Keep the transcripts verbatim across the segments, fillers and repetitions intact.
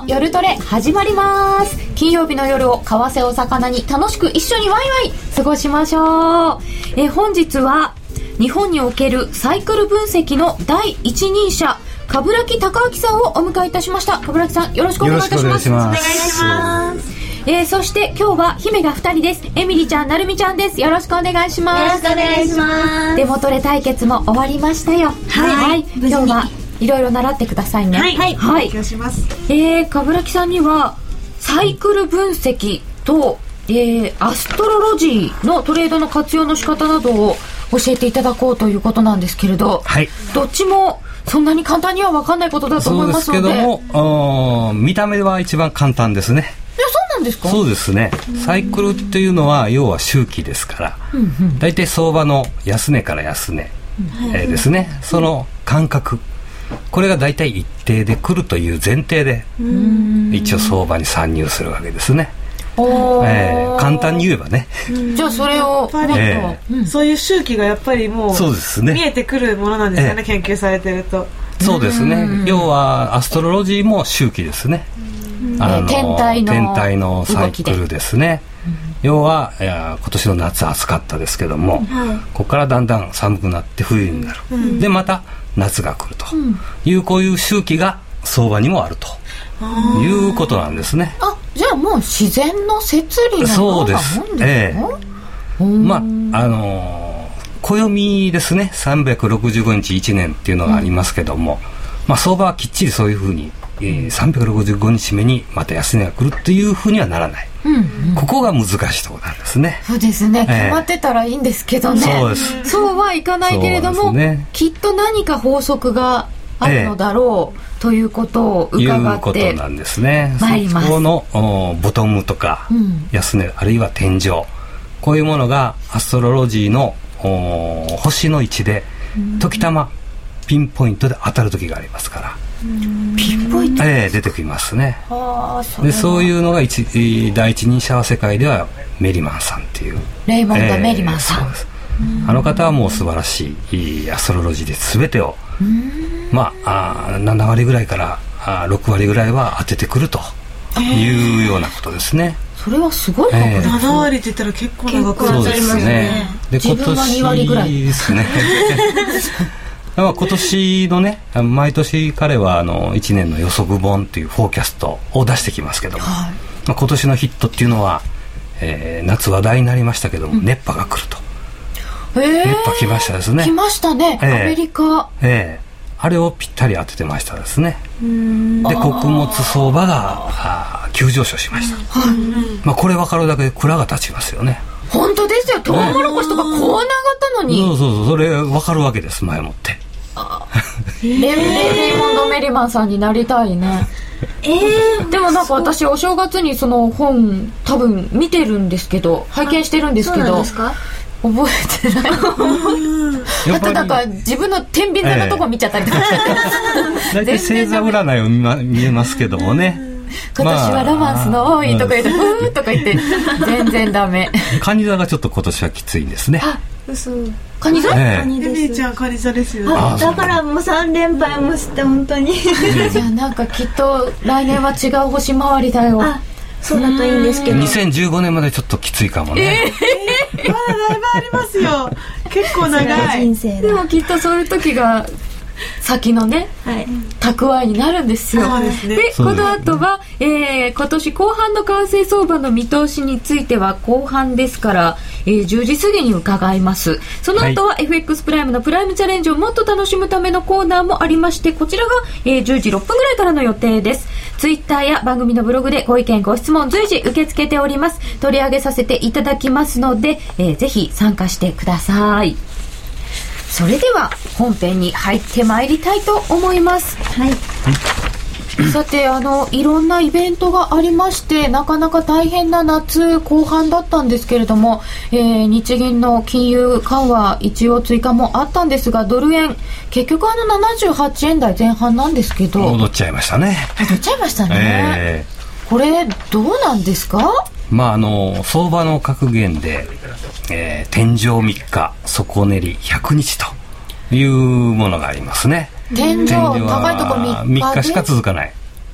夜トレ始まります。金曜日の夜を為替を魚に楽しく一緒にワイワイ過ごしましょう。え本日は日本におけるサイクル分析の第一人者鏑木隆明さんをお迎えいたしました。鏑木さん、よろしくお願いいたします。 お願いします。 えー、そして今日は姫がふたりです。エミリちゃん、なるみちゃんです。よろしくお願いします。 よろしくお願いします。 デモトレ対決も終わりましたよ。 はい、はい、 今日はいろいろ習ってくださいね。 はい、はい、 はい、 お願いします。 えー、鏑木さんにはサイクル分析と、えー、アストロロジーのトレードの活用の仕方などを教えていただこうということなんですけれど、 はい、 どっちもそんなに簡単には分かんないことだと思いますので。 そうですけども、見た目は一番簡単ですね。 いや、そうなんですか？ そうですね。サイクルっていうのは要は周期ですから、だいたい相場の安値から安値、うんえー、ですね、その間隔、これがだいたい一定で来るという前提で一応相場に参入するわけですね。 おえー、簡単に言えばね。 じゃあそれを、 えー、そういう周期がやっぱりもうそうですね、 見えてくるものなんですよね、えー、研究されてると。 そうですね。要はアストロロジーも周期ですね。あの天体の天体のサイクルですね。要はいや今年の夏暑かったですけども、はい、ここからだんだん寒くなって冬になる、うん、でまた夏が来るという、うん、こういう周期が相場にもあるということなんですね。 あ、じゃあもう自然の摂理のようなもんですか？そうです、ええ、まああのー、暦ですね。さんびゃくろくじゅうごにちいちねんっていうのがありますけども、うんまあ、相場はきっちりそういうふうに、えー、さんびゃくろくじゅうごにちめにまた安値が来るっていうふうにはならない、うんうん、ここが難しいところなんですね。 そうですね、決まってたらいいんですけどね、 えー、そうです。 そうはいかないけれども、ね、きっと何か法則があるのだろう、えー、ということを伺っていうことなんですね。 参ります。 そこのボトムとか、うん、安値あるいは天井、こういうものがアストロロジーの星の位置で時たまピンポイントで当たる時がありますから、 ピンポイント、 えー、出てきますね。 あ、そでそういうのが一第一人者は世界ではメリマンさんっていうレイモンド・メリマンさん、えー、そうです。 あの方はもう素晴らしいアストロロジーで全てをまあ、あななわりぐらいからあろくわりぐらいは当ててくるというようなことですね。 それはすごい確率、えー、 ななわりって言ったら結構長くなっちゃいますね。 で今年にわりぐらいですね今年のね、毎年彼はあのいちねんの予測本っていうフォーキャストを出してきますけども、はい、まあ、今年のヒットっていうのは、えー、夏話題になりましたけども、うん、熱波が来ると、えー、熱波来ましたですね。 来ましたね、えー、アメリカ、 えーあれをぴったり当ててましたですね。うーんで穀物相場が急上昇しました、まあ、これ分かるだけで蔵が立ちますよね。 本当ですよ。トウモロコシとかこう長かったのに、 そうそうそう、それ分かるわけです。前もってあレイモンド・メリマンさんになりたいねえー、でもなんか私お正月にその本多分見てるんですけど、拝見してるんですけど、そうなんですか？覚えてないあとなんか自分の天秤座のとこ見ちゃったりとかして、 えー、大体星座占いを 見, ま見えますけどもね今年はロマンスの多いとか言って、まあ、ふーとか言って全然ダメ。 蟹座がちょっと今年はきついんですね。 あ、嘘。蟹座？ えー、エミーちゃん蟹座ですよね。 あ、だからもうさんれんぱいもして本当にじゃあなんかきっと来年は違う星回りだよ。 あ、そうだといいんですけど、 にせんじゅうごねんまでちょっときついかもね、 えー、まだだいぶありますよ結構長い人生でもきっとそういう時が先のね、はい、蓄えになるんですよ。 そうですね。 で、この後は、えー、今年後半の為替相場の見通しについては後半ですから、えー、じゅうじ過ぎに伺います。その後は エフエックス プライムのプライムチャレンジをもっと楽しむためのコーナーもありまして、こちらが、えー、じゅうじろっぷんぐらいからの予定です。ツイッターや番組のブログでご意見ご質問随時受け付けております。取り上げさせていただきますので、えー、ぜひ参加してください。それでは本編に入ってまいりたいと思います。はい。さて、あのいろんなイベントがありまして、なかなか大変な夏後半だったんですけれども、えー、日銀の金融緩和一応追加もあったんですが、ドル円結局あのななじゅうはちえん台前半なんですけど、 戻っちゃいましたね。 戻っちゃいましたね、えー、これどうなんですか？ まあ、あの相場の格言で、えー、天井みっか底練りひゃくにちというものがありますね。 天井高いところみっかでみっかしか続かない。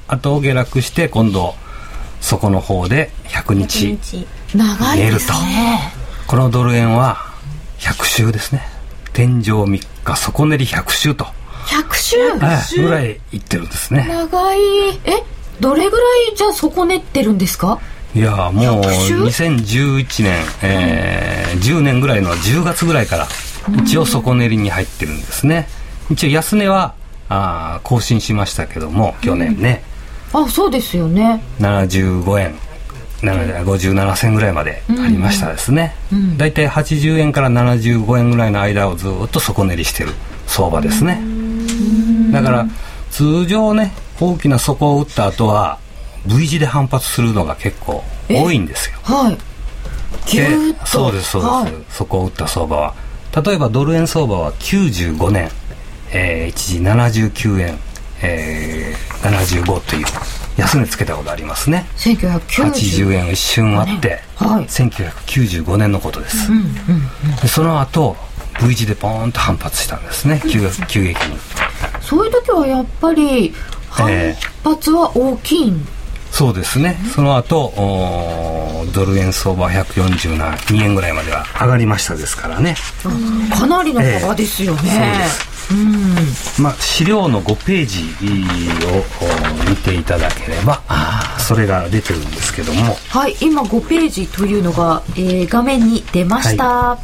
後下落して今度そこの方でひゃくにち長いですね。 このドル円はひゃく週ですね。天井みっか底練りひゃく週とひゃく週ぐらいいってるんですね。 長い。え、どれぐらいじゃあ底練ってるんですか？ いやもうにせんじゅういちねん、えー、じゅうねんぐらいのじゅうがつぐらいから一応底練りに入ってるんですね。一応安値はあ更新しましたけども去年ね、 うん、あ、そうですよね。 ななじゅうごえんごじゅうななせんぐらいまでありましたですね、うんうん、だいたいはちじゅうえんからななじゅうごえんぐらいの間をずっと底練りしてる相場ですね。だから通常ね大きな底を打った後は V 字で反発するのが結構多いんですよ。 はい、ギューッと。 そうですそうです、はい、底を打った相場は例えばドル円相場はきゅうじゅうごねん、えー、一時ななじゅうきゅうえん、えー、ななじゅうごという安値つけたことありますね。 せんきゅうひゃくきゅうじゅうはちじゅうえん一瞬あって、はい、せんきゅうひゃくきゅうじゅうごねんのことです、うんうんうん、でその後 V 字でポーンと反発したんですね、うん、急, 急激に。そういう時はやっぱり反発は大きいん、えー、 そうですね、うん、その後ドル円相場ひゃくよんじゅうにえんぐらいまでは上がりましたですからね、 うん、かなりの幅ですよね、えー、そうです。 うん、まあ、資料のごページを見ていただければそれが出てるんですけども、 はい、今ごページというのが、えー、画面に出ました、はい、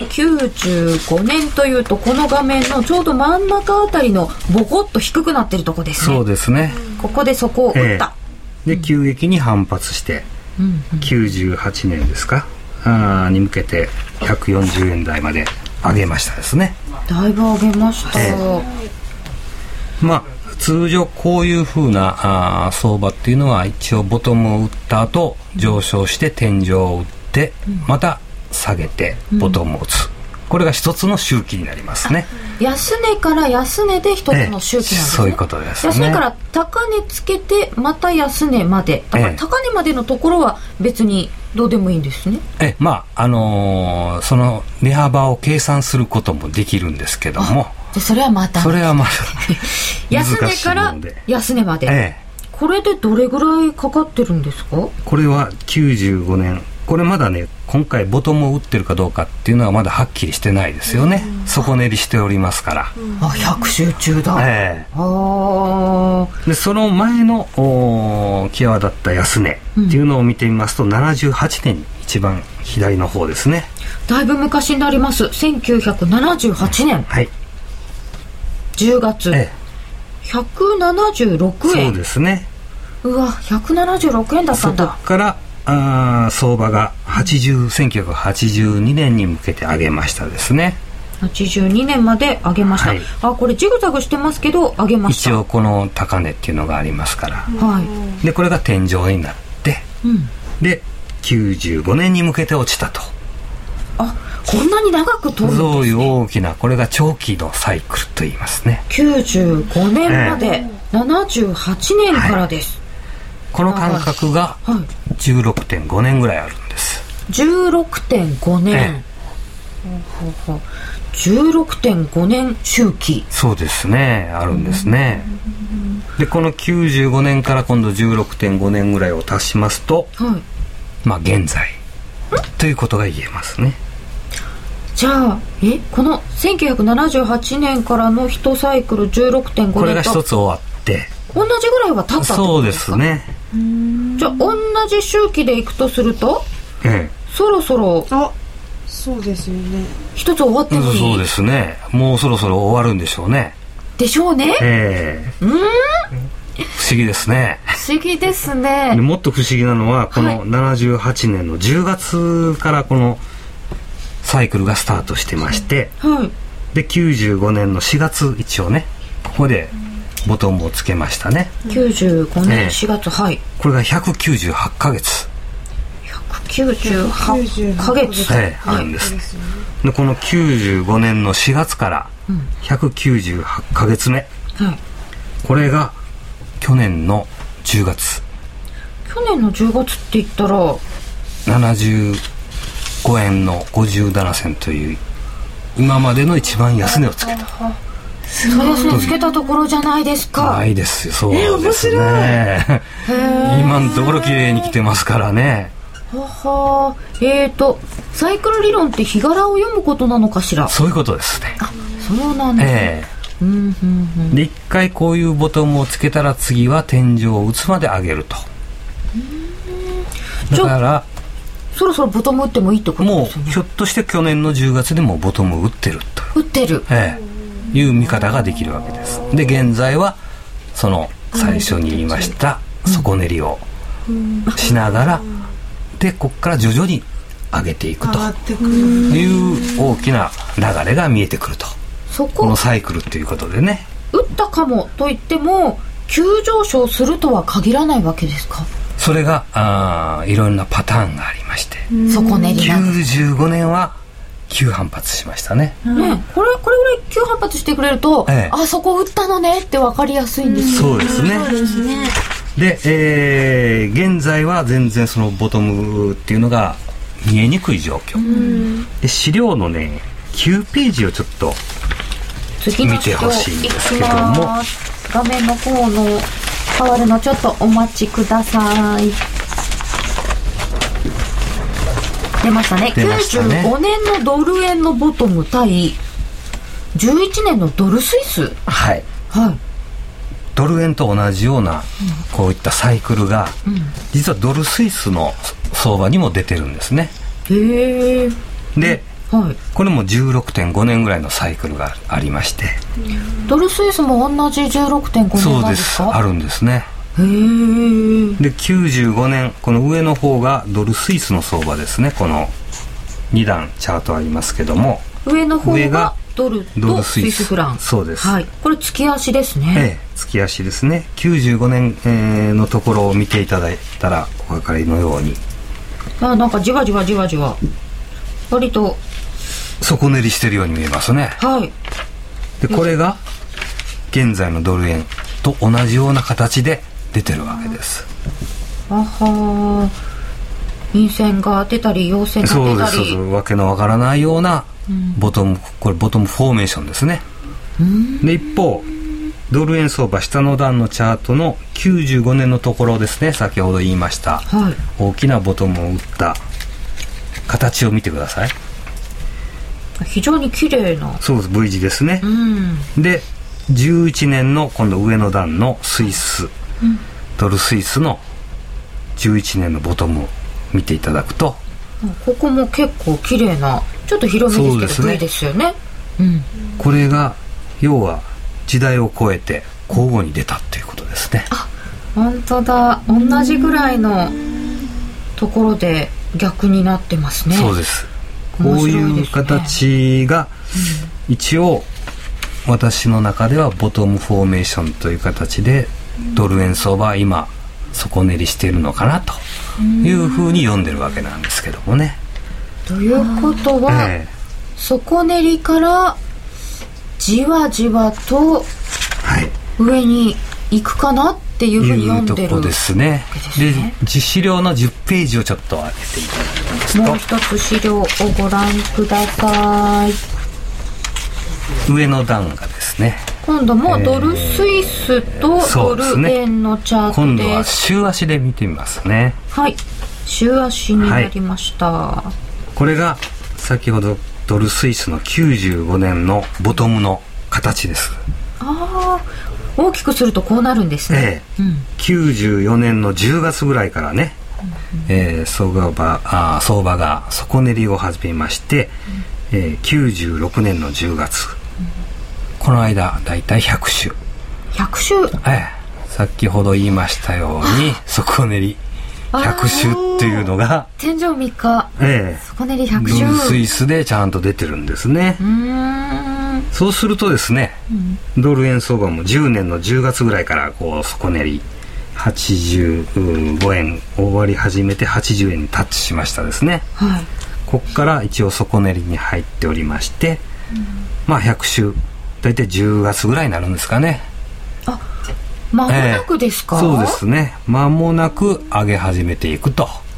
きゅうじゅうごねんというとこの画面のちょうど真ん中あたりのボコッと低くなってるとこですね。 そうですね、 ここでそこを打った、えー、で急激に反発して、うんうん、きゅうじゅうはちねんですかあに向けてひゃくよんじゅうえん台まで上げましたですね。 だいぶ上げました、えー、 まあ通常こういう風なあ相場っていうのは一応ボトムを打った後上昇して天井を打ってまた下げてボトムを打つ、うん、これが一つの周期になりますね。 安値から安値で一つの周期なんですね、えー、 そういうことですね。 安値から高値つけてまた安値までだから高値までのところは別にどうでもいいんですね。 えまああのー、その値幅を計算することもできるんですけども、 でそれはまたそれはまた安値から安値まで、ええ、これでどれぐらいかかってるんですか？ これはきゅうじゅうごねん、これまだね今回ボトムを打ってるかどうかっていうのはまだはっきりしてないですよね。底練りしておりますから、 あひゃく週中だ、 ええ、あでその前の際立った安値っていうのを見てみますと、うん、ななじゅうはちねんに一番左の方ですね。 だいぶ昔になります。せんきゅうひゃくななじゅうはちねん、はい、じゅうがつ、ええ、ひゃくななじゅうろくえん。 そうですね。 うわひゃくななじゅうろくえんだったんだ。 そこからあ相場がはちじゅうせんきゅうひゃくはちじゅうにねんに向けて上げましたですね。 はちじゅうにねんまで上げました、はい、あこれジグザグしてますけど上げました。 一応この高値っていうのがありますから、 はい、 でこれが天井になって、うん、できゅうじゅうごねんに向けて落ちたと。 あこんなに長く通るんですね。 そういう大きなこれが長期のサイクルと言いますね。 きゅうじゅうごねんまでななじゅうはちねんからです、はい、 この間隔がじゅうろくてんごねんぐらいあるんです。 じゅうろくてんごねん、ええ、じゅうろくてんごねん周期。 そうですねあるんですね。でこのきゅうじゅうごねんから今度じゅうろくてんごねんぐらいを足しますと、はい、まあ現在ということが言えますね。 じゃあえこのせんきゅうひゃくななじゅうはちねんからの一サイクルじゅうろくてんごねんとこれが一つ終わって同じぐらいは経ったってことですか？ そうですね。 うーんじゃあ同じ周期でいくとすると、ええ、そろそろあそうですよね一つ終わってもいい。 そうですねもうそろそろ終わるんでしょうね。 でしょうね、 ええ、うーん不思議ですね。 不思議ですね。 もっと不思議なのはこのななじゅうはちねんのじゅうがつからこのサイクルがスタートしてまして、はい、できゅうじゅうごねんのしがつ一応ねここでボトムをつけましたね。 きゅうじゅうごねんしがつ、えー、はいこれがひゃくきゅうじゅうはちかげつひゃくきゅうじゅうはちかげつ、 えー、あるんです、はい、でこのきゅうじゅうごねんのしがつからひゃくきゅうじゅうはちかげつめ、うんはい、これが去年のじゅうがつ。 去年のじゅうがつって言ったらななじゅうごえんのごじゅうななせんという今までの一番安値をつけた。 最安値つけたところじゃないですか。 ないですよ。そうですね。今のところ綺麗に来てますからね。 はは。えーとサイクル理論って日柄を読むことなのかしら。 そういうことですね。 あ、そうなんですね。 ええ、 うんうんうん、 で一回こういうボトムをつけたら次は天井を打つまで上げると。だからそろそろボトム打ってもいいってことですよね。 もうひょっとして去年のじゅうがつでもボトムを打ってると打ってる、 ええ、いう見方ができるわけです。で現在はその最初に言いました底練りをしながら、でここから徐々に上げていくという大きな流れが見えてくると。そここのサイクルということでね。 打ったかもといっても急上昇するとは限らないわけですか。 それがあいろんなパターンがありまして、 底練りきゅうじゅうごねんは急反発しましたね。 ね、これこれぐらい急反発してくれると、ええ、あそこ打ったのねって分かりやすいんですよ。そうですね。そうですね。で、えー、現在は全然そのボトムっていうのが見えにくい状況。で資料のねきゅうページをちょっと見てほしいんですけども、 画面の方の変わるのちょっとお待ちください。出ましたね。 出ましたね。 きゅうじゅうごねんのドル円のボトム対じゅういちねんのドルスイス。 はい、 はい、 ドル円と同じようなこういったサイクルが、うん、実はドルスイスの相場にも出てるんですね。 へえ。 で、 はい、 これも じゅうろくてんごねんぐらいのサイクルがありまして、 ドルスイスも同じ じゅうろくてんごねんなんですか。 そうです、あるんですね。 へー。 できゅうじゅうごねんこの上の方がドルスイスの相場ですね。このに段チャートありますけども、 上の方がドルとスイスフラン。 そうです、 はい、これ月足ですね。 ええ、月足ですね。きゅうじゅうごねん、えー、のところを見ていただいたらお分かりのように、 あ、なんかじわじわじわじわ割と底練りしてるように見えますね。 はい。 でこれが現在のドル円と同じような形で出てるわけです。 あはー、陰線が出たり陽線が出たり、 そうです、そうです。わけのわからないようなボトム、うん、これボトムフォーメーションですね。で一方ドル円相場下の段のチャートのきゅうじゅうごねんのところですね、先ほど言いました、はい、大きなボトムを打った形を見てください。 非常に綺麗な、 そうです、 V 字ですね、うん、でじゅういちねんの今度上の段のスイス、うん、ドルスイスのじゅういちねんのボトムを見ていただくと、 ここも結構綺麗な、ちょっと広めですけど V ですよね、うん、 これが要は時代を超えて交互に出たっていうことですね。 あ、本当だ、同じぐらいのところで逆になってますね。 そうです。こういう形が一応私の中ではボトムフォーメーションという形でドル円相場は今底練りしているのかなというふうに読んでるわけなんですけどもね。 ということは、えー、底練りからじわじわと上に行くかなっていうふうに読んでる、 いうとこですね。で実資料のじゅっページをちょっと上げていただきますと、 もう一つ資料をご覧ください。 上の段がですね、 今度もドルスイスとドル円のチャートです。 今度は週足で見てみますね。 はい、週足になりました、はい、 これが先ほどドルスイスのきゅうじゅうごねんのボトムの形です。 ああ、大きくするとこうなるんですね、 ええ、うん、きゅうじゅうよねんのじゅうがつぐらいからね、うんうん、えー、相場、あ、相場が底練りを始めまして、うん、えー、きゅうじゅうろくねんのじゅうがつ、うん、この間だいたいひゃくしゅうひゃくしゅう、 ええ、先ほど言いましたように底練りひゃくしゅうっていうのが天井みっか、 ええ、 底練りひゃくしゅう、 ドルスイスでちゃんと出てるんですね。うーん、そうするとですね、うん、ドル円相場もじゅうねんのじゅうがつぐらいからこう底練りはちじゅうごえん終わり始めてはちじゅうえんにタッチしましたですね、はい、ここから一応底練りに入っておりまして、うん、まあひゃくしゅうだいたいじゅうがつぐらいになるんですかね。 あ、間もなくですか、 えー、そうですね、間もなく上げ始めていくと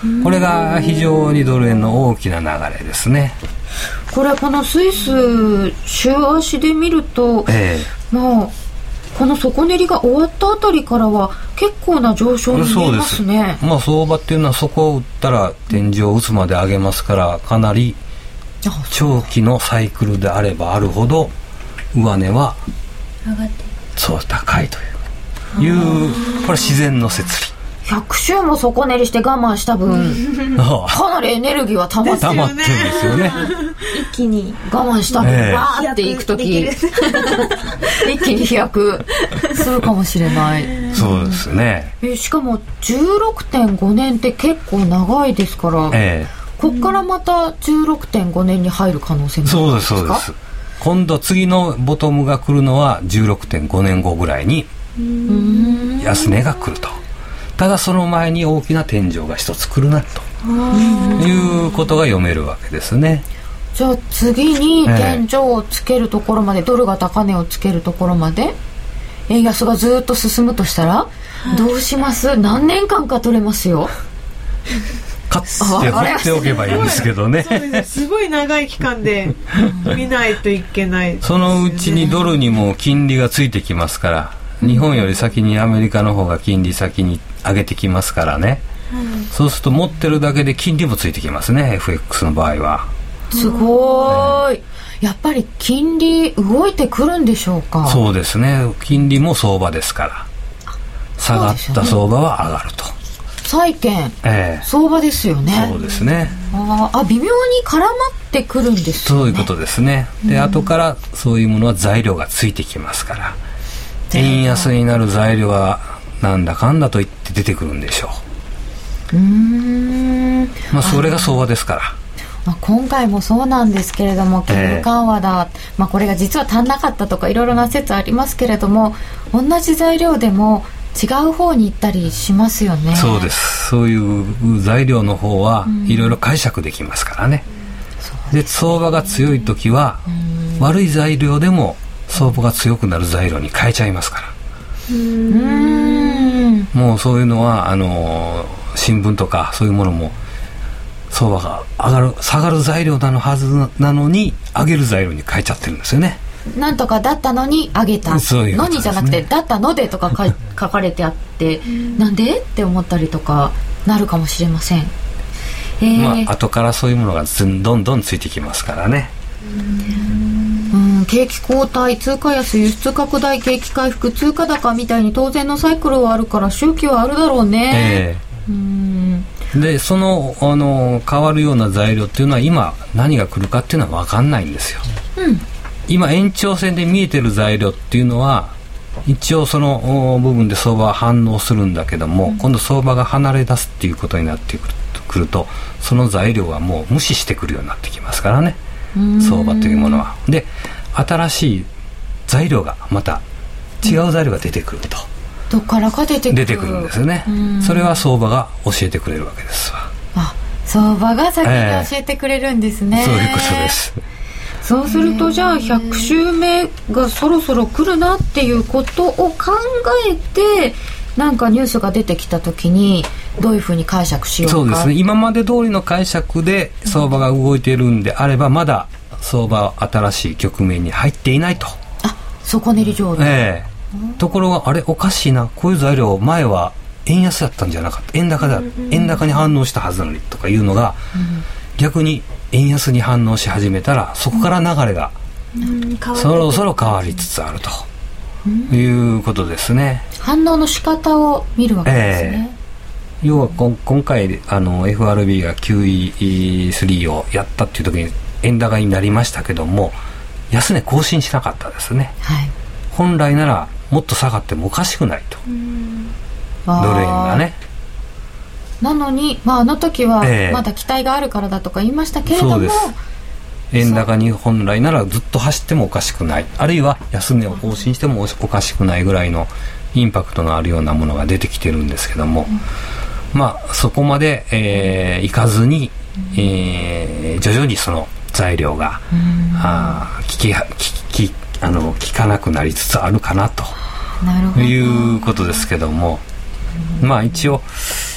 これが非常にドル円の大きな流れですね。 これこのスイス週足で見ると、えー、まあこの底練りが終わったあたりからは結構な上昇に見えますね。 そうです、まあ、相場っていうのはそこを打ったら天井を打つまで上げますから、かなり長期のサイクルであればあるほど上値は上がってそう高いという、これ自然の摂理。 ひゃく週も底練りして我慢した分かなりエネルギーは溜まって溜まってるんですよね。 一気に我慢した分、えー、わーっていくとき一気に飛躍するかもしれない。 そうですね。 えしかも じゅうろくてんご 年って結構長いですから、えー、こっからまた じゅうろくてんご 年に入る可能性もあるんですか？ そうですそうです。今度次のボトムが来るのは じゅうろくてんご 年後ぐらいに安値が来ると。ただその前に大きな天井が一つ来るなということが読めるわけですね。 じゃあ次に天井をつけるところまで、えー、ドルが高値をつけるところまで円安がずっと進むとしたらどうします？何年間か取れますよ。 買って放っておけばいいんですけどね。 そうです。すごい長い期間で見ないといけない、ね、 そのうちにドルにも金利がついてきますから、日本より先にアメリカの方が金利先に上げてきますからね、うん、そうすると持ってるだけで金利もついてきますね、 エフエックス の場合は。 すごーい、やっぱり金利動いてくるんでしょうか？ そうですね、金利も相場ですから、下がった相場は上がると。 債券、えー、相場ですよね。 そうですね。 ああ、微妙に絡まってくるんですね。 そういうことですね。で、後からそういうものは材料がついてきますから、円安になる材料はなんだかんだと言って出てくるんでしょう。うーん、まあ、それが相場ですから。 まあ、今回もそうなんですけれども、金融緩和だ、えーまあ、これが実は足んなかったとかいろいろな説ありますけれども、同じ材料でも違う方に行ったりしますよね。 そうです。そういう材料の方はいろいろ解釈できますからね、うん、で相場が強い時は悪い材料でも相場が強くなる材料に変えちゃいますから。うーん、もうそういうのはあの新聞とかそういうものも相場が上がる下がる材料なのはずなのに上げる材料に変えちゃってるんですよね。 なんとかだったのに上げたのにじゃなくて、だったのでとか書かれてあってなんでって思ったりとかなるかもしれません。えーまあ後からそういうものがどんどんついてきますからね。 うん、景気後退、通貨安、輸出拡大、景気回復、通貨高みたいに当然のサイクルはあるから周期はあるだろうね。えー、うんでその、あの変わるような材料っていうのは今何が来るかっていうのは分かんないんですよ。うん今延長線で見えてる材料っていうのは一応その部分で相場は反応するんだけども、うん、今度相場が離れ出すっていうことになってくるとその材料はもう無視してくるようになってきますからね、相場というものは。で新しい材料がまた違う材料が出てくると、 うん、どっからか出てくる出てくるんですよね。それは相場が教えてくれるわけですわ。 あ、相場が先に教えてくれるんですね、 えー、そういうことです。 そうするとじゃあひゃく週目がそろそろ来るなっていうことを考えてなんかニュースが出てきた時にどういうふうに解釈しようか。 そうですね、今まで通りの解釈で相場が動いているんであればまだ相場は新しい局面に入っていないと。 あ、底練り状態、 ええ、ところがあれおかしいな、こういう材料前は円安だったんじゃなかった、円高だ、円高に反応したはずなのにとかいうのが、うん、逆に円安に反応し始めたらそこから流れがそろそろ変わりつつあるということですね。 反応の仕方を見るわけですね、 えー、要はこ今回あの エフアールビー が キューイースリー をやったっていう時に円高になりましたけども安値更新しなかったですね、はい、本来ならもっと下がってもおかしくないと、ドル円がね。 なのに、まあ、あの時はまだ期待があるからだとか言いましたけれども、 えー、そうです。円高に本来ならずっと走ってもおかしくない、あるいは安値を更新してもおかしくないぐらいのインパクトのあるようなものが出てきてるんですけども、うん、まあそこまで、えー、いかずに、えー、徐々にその材料が、うん、あ効き効きあの効かなくなりつつあるかなということですけども、うん、まあ一応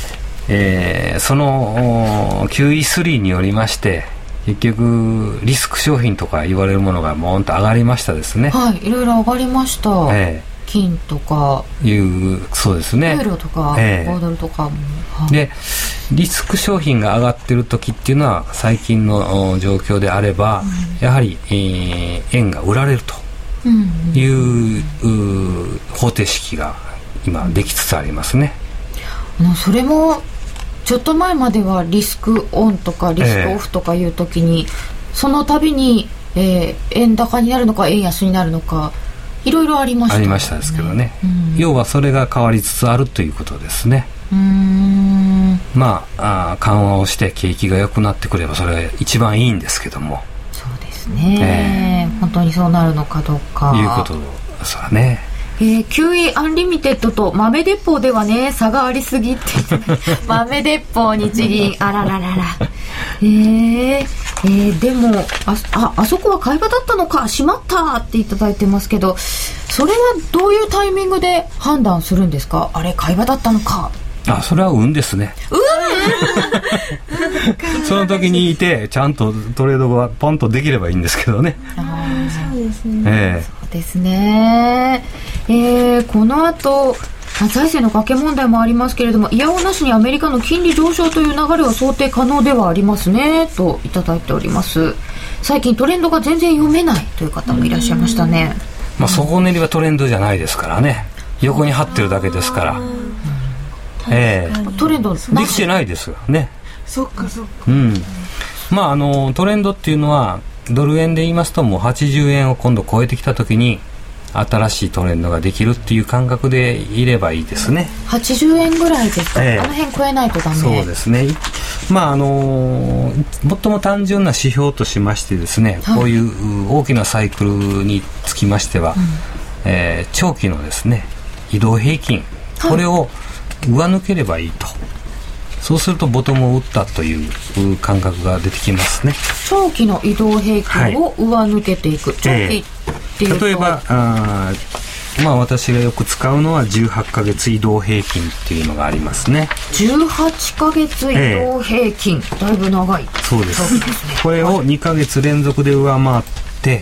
えー、その キューイースリー によりまして結局リスク商品とか言われるものがもーんと上がりましたですね。 はい、いろいろ上がりました、えー金とかいうそうですね、 ユーロとか、えー、ごドルとかも、 はい、でリスク商品が上がってる時っていうのは最近の状況であれば、うん、やはり、えー、円が売られるという、うん、う方程式が今できつつありますね。 あのそれもちょっと前まではリスクオンとかリスクオフとかいう時に、えー、その度に、えー、円高になるのか円安になるのかいろいろありました、ね、 ありましたですけどね、うん、要はそれが変わりつつあるということですね。 うーんまあ、あ緩和をして景気が良くなってくればそれが一番いいんですけども。 そうですね、えー、本当にそうなるのかどうかいうことですわね。 えー、キューイー アンリミテッドと豆鉄砲ではね差がありすぎって豆鉄砲日銀あららららえー、えー、でも あ, あ, あそこは買い場だったのかしまったっていただいてますけど、それはどういうタイミングで判断するんですか？あれ買い場だったのか。 あ、それは運ですね。 運その時にいてちゃんとトレードがポンとできればいいんですけどね。 ああ、そうですね、 えー、 そうですね、えー、この後財政の掛け問題もありますけれども、いやおなしにアメリカの金利上昇という流れは想定可能ではありますねといただいております。最近トレンドが全然読めないという方もいらっしゃいましたね。 まあ、底練りはトレンドじゃないですからね、横に張ってるだけですから、えー、 トレンドできてないですよね。 そっかそっか、 うん、まああのトレンドっていうのはドル円で言いますともうはちじゅうえんを今度超えてきた時に新しいトレンドができるっていう感覚でいればいいですね。 はちじゅうえんぐらいですか、えー、あの辺超えないとダメ。 そうですね。まああの最も単純な指標としましてですね、はい、こういう大きなサイクルにつきましては、うん、えー、長期のですね移動平均、はい、これを上抜ければいいと。そうするとボトムを打ったという感覚が出てきますね。 長期の移動平均を上抜けていく、はい、長期っていうと、 えー、例えばあまあ私がよく使うのはじゅうはちかげつ移動平均っていうのがありますね。 じゅうはちかげつ移動平均、えー、だいぶ長い。 そうです、ね、これをにかげつ連続で上回って、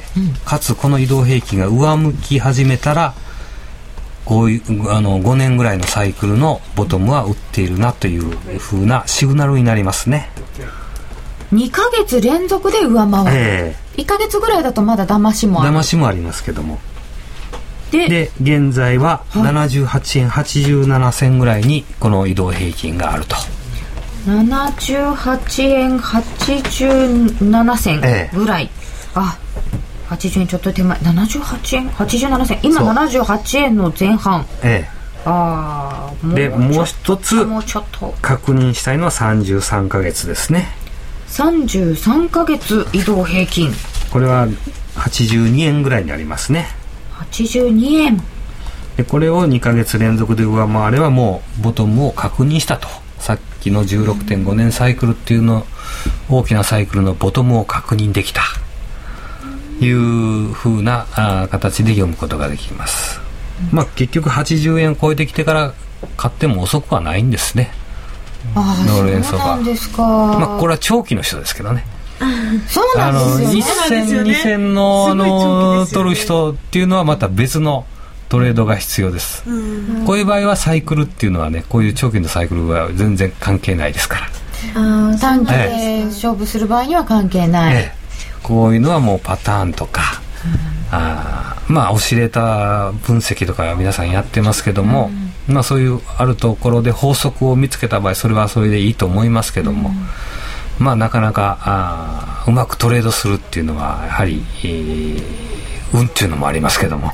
うん、かつこの移動平均が上向き始めたらこういうあのごねんぐらいのサイクルのボトムは打っているなという風なシグナルになりますね。 にかげつ連続で上回る、えー、いっかげつぐらいだとまだ騙しもある騙しもありますけども、で, で現在はななじゅうはちえんはちじゅうななせんぐらいにこの移動平均があると。 ななじゅうはちえんはちじゅうななせんぐらい、えー、あはちじゅうえんちょっと手前、ななじゅうはちえんはちじゅうななせん、今ななじゅうはちえんの前半、 ええ、 あもうでもう一つもうちょっと確認したいのはさんじゅうさんかげつですね。 さんじゅうさんかげつ移動平均、 これははちじゅうにえんぐらいになりますね。 はちじゅうにえんでこれをにかげつ連続で上回ればもうボトムを確認したと。さっきの じゅうろくてんごねんサイクルっていうの大きなサイクルのボトムを確認できたいう風なあ形で読むことができます。まあ結局はちじゅうえんを超えてきてから買っても遅くはないんですね。 ああ、そうなんですか。 まあこれは長期の人ですけどね。 そうなんですよね。 いっせん、にせんの、あの取る人っていうのはまた別のトレードが必要です。こういう場合はサイクルっていうのはね、こういう長期のサイクルは全然関係ないですから。 あ、短期で勝負する場合には関係ない。ええ、 こういうのはもうパターンとか、うん、あまあオシレーター分析とか皆さんやってますけども、うん、まあそういうあるところで法則を見つけた場合それはそれでいいと思いますけども、うん、まあなかなかあうまくトレードするっていうのはやはり、えー、運っていうのもありますけども、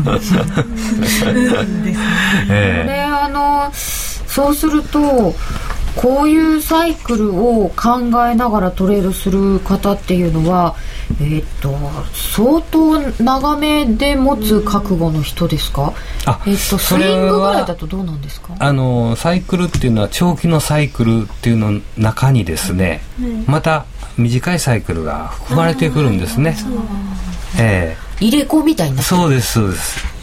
えー、であのそうするとこういうサイクルを考えながらトレードする方っていうのは、えー、っと相当長めで持つ覚悟の人ですか？あ、えー、っとスイングぐらいだとどうなんですか？ あのサイクルっていうのは長期のサイクルっていうの中にですね、うん、また短いサイクルが含まれてくるんですね。えー、入れ子みたいな。 そうですそうです。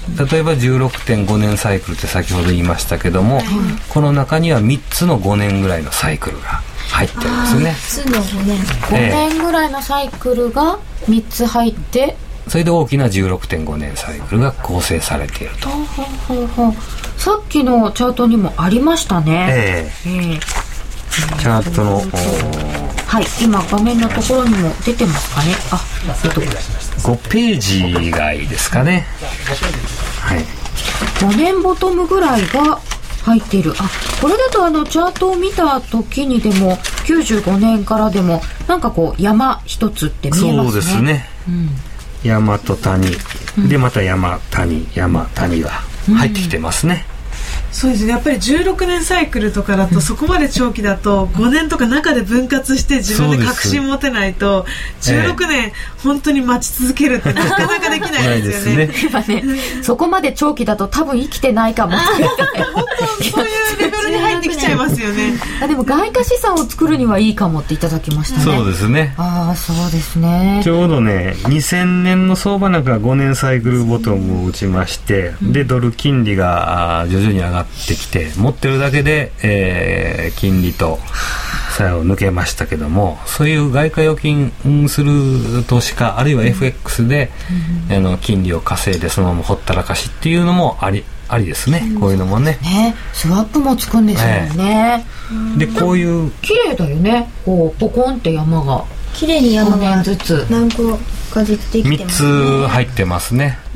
例えば じゅうろくてんご 年サイクルって先ほど言いましたけども、はい、この中にはみっつのごねんぐらいのサイクルが入ってるんですよね。 みっつのごねん、 ごねんぐらいのサイクルがみっつ入って、 それで大きな じゅうろくてんご 年サイクルが構成されていると。 ほうほうほうほう。さっきのチャートにもありましたね。 ええええ、チャートの、 はい、今画面のところにも出てますかね。あ、えっとごページがいいですかね。はい、 ごねんボトムぐらいが入っている。あ、これだとあのチャートを見た時にでもきゅうじゅうごねんからでもなんかこう山一つって見えますね。 そうですね、うん、山と谷でまた山谷山谷が入ってきてますね、 うん、そうですね。やっぱりじゅうろくねんサイクルとかだとそこまで長期だとごねんとか中で分割して自分で確信持てないとじゅうろくねん本当に待ち続けるってなかなかできないですよね。 今ね、そこまで長期だと多分生きてないかもしれない。 本当そういうレベルに入ってきちゃいますよね。 あ、でも外貨資産を作るにはいいかもっていただきましたね。 そうですね。 ああ、そうですね。 ちょうどねにせんねんの相場なんかごねんサイクルボトムを打ちまして、うん、でドル金利が徐々に上がってきて持ってるだけで、えー、金利と差を抜けましたけども、そういう外貨預金する投資家あるいは エフエックス で、うん、あの金利を稼いでそのままほったらかしっていうのもありありですね、うん、こういうのもね。 ね、スワップもつくんですよね、 えー、でこういう綺麗だよね、こうポコンって山が綺麗に山がずつ何個か出てきてますね。 みっつ入ってますね。 うん、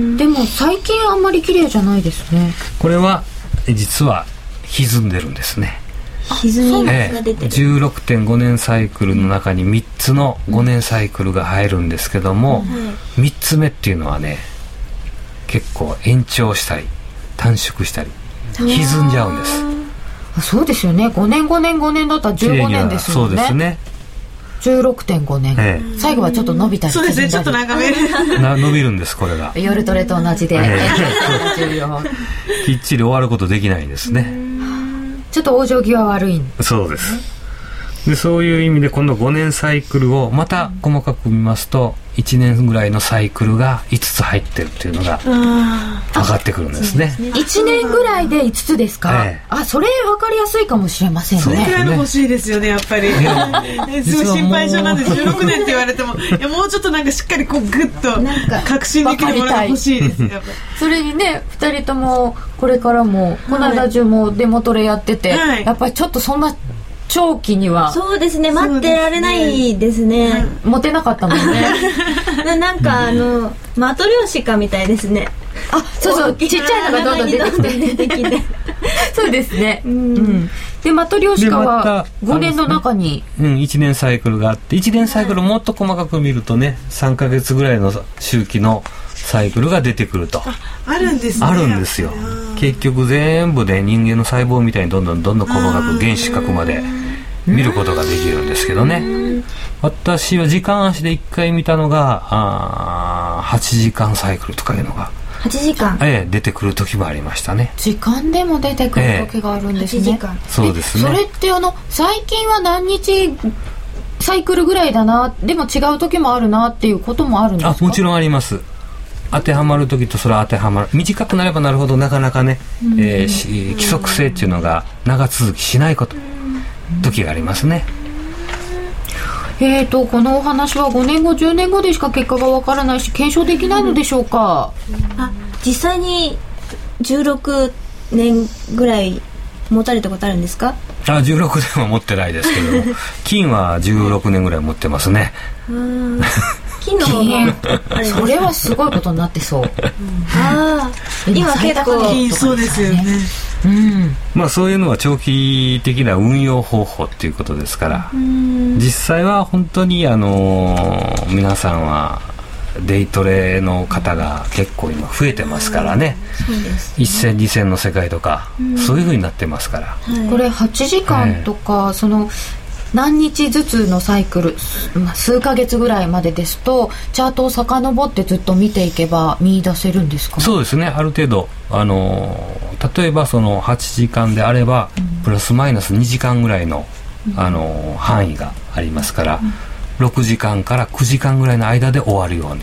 でも最近あんまり綺麗じゃないですね。 これは実は歪んでるんですね。 歪みが出てる、 ええ、じゅうろくてんご 年サイクルの中にみっつのごねんサイクルが入るんですけども、うん、みっつめっていうのはね結構延長したり短縮したり歪んじゃうんです。 あ、そうですよね。ごねんごねんごねんだったらじゅうごねんですよね。 そうですね。 じゅうろくてんご 年、ええ、最後はちょっと伸びたり、 そうですね、ちょっと長めるな伸びるんです。これが夜トレと同じで、ええ、きっちり終わることできないんですね。 ちょっと往生際悪いんです。そうです。でそういう意味でこのごねんサイクルをまた細かく見ますといちねんぐらいのサイクルがいつつ入ってるっていうのが分かってくるんですね。 いちねんぐらいでいつつですか、ええ、あ、それ分かりやすいかもしれませんね。 それぐらいの欲しいですよね、やっぱり。すごい心配性なんでじゅうろくねんって言われてもいやもうちょっとなんかしっかりこうグッと確信できるものが欲しいです。やっぱそれにねふたりともこれからもこの間中もデモトレやってて、はい、やっぱりちょっとそんな長期にはそうですね、待ってられないですね。 持てなかったもんねなんかあのマトリョーシカみたいですね。 あ、そうそう、ちっちゃいのがどんどん出てきてそうですね、うん、うん、でマトリョーシカはごねんの中に、 うん、いちねんサイクルがあっていちねんサイクルもっと細かく見るとねさんかげつぐらいの周期のサイクルが出てくると。 あ, あるんですね。 あるんですよ。結局全部で人間の細胞みたいにどんどんどんどん細かく原子核まで見ることができるんですけどね。私は時間足でいっかい見たのがあはちじかんサイクルとかいうのがはちじかん、 ええ、出てくる時もありましたね。 時間でも出てくる時があるんですね、ええ、はちじかん。 そうですね。 それってあの最近は何日サイクルぐらいだな、でも違う時もあるなっていうこともあるんですか？ あ、もちろんあります。当てはまる時とそれは当てはまる、短くなればなるほどなかなかね、えー、規則性っていうのが長続きしないこと時がありますね。 えーとこのお話はごねんごじゅうねんごでしか結果がわからないし検証できないのでしょうか？ あ、実際にじゅうろくねんぐらい持たれたことあるんですか？ あ、じゅうろくねんは持ってないですけども金はじゅうろくねんぐらい持ってますね。 うん金の方がそれはすごいことになってそう、うん、 ああ今結構金そうですよね、 うん、 まあそういうのは長期的な運用方法っていうことですから、実際は本当にあのー、皆さんはデイトレの方が結構今増えてますからね、いっせんにせんの世界とか、うん、そういう風になってますから、 はい、これはちじかんとか、はい、その何日ずつのサイクル、まあ、数ヶ月ぐらいまでですとチャートを遡ってずっと見ていけば見出せるんですか？ そうですね、ある程度あの例えばそのはちじかんであれば、うん、プラスマイナスにじかんぐらいの、うん、あの範囲がありますから、うん、ろくじかんからくじかんぐらいの間で終わるように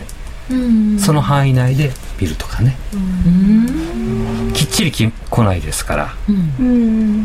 うん、 その範囲内で見るとかね、うん、きっちりき来ないですから、うん、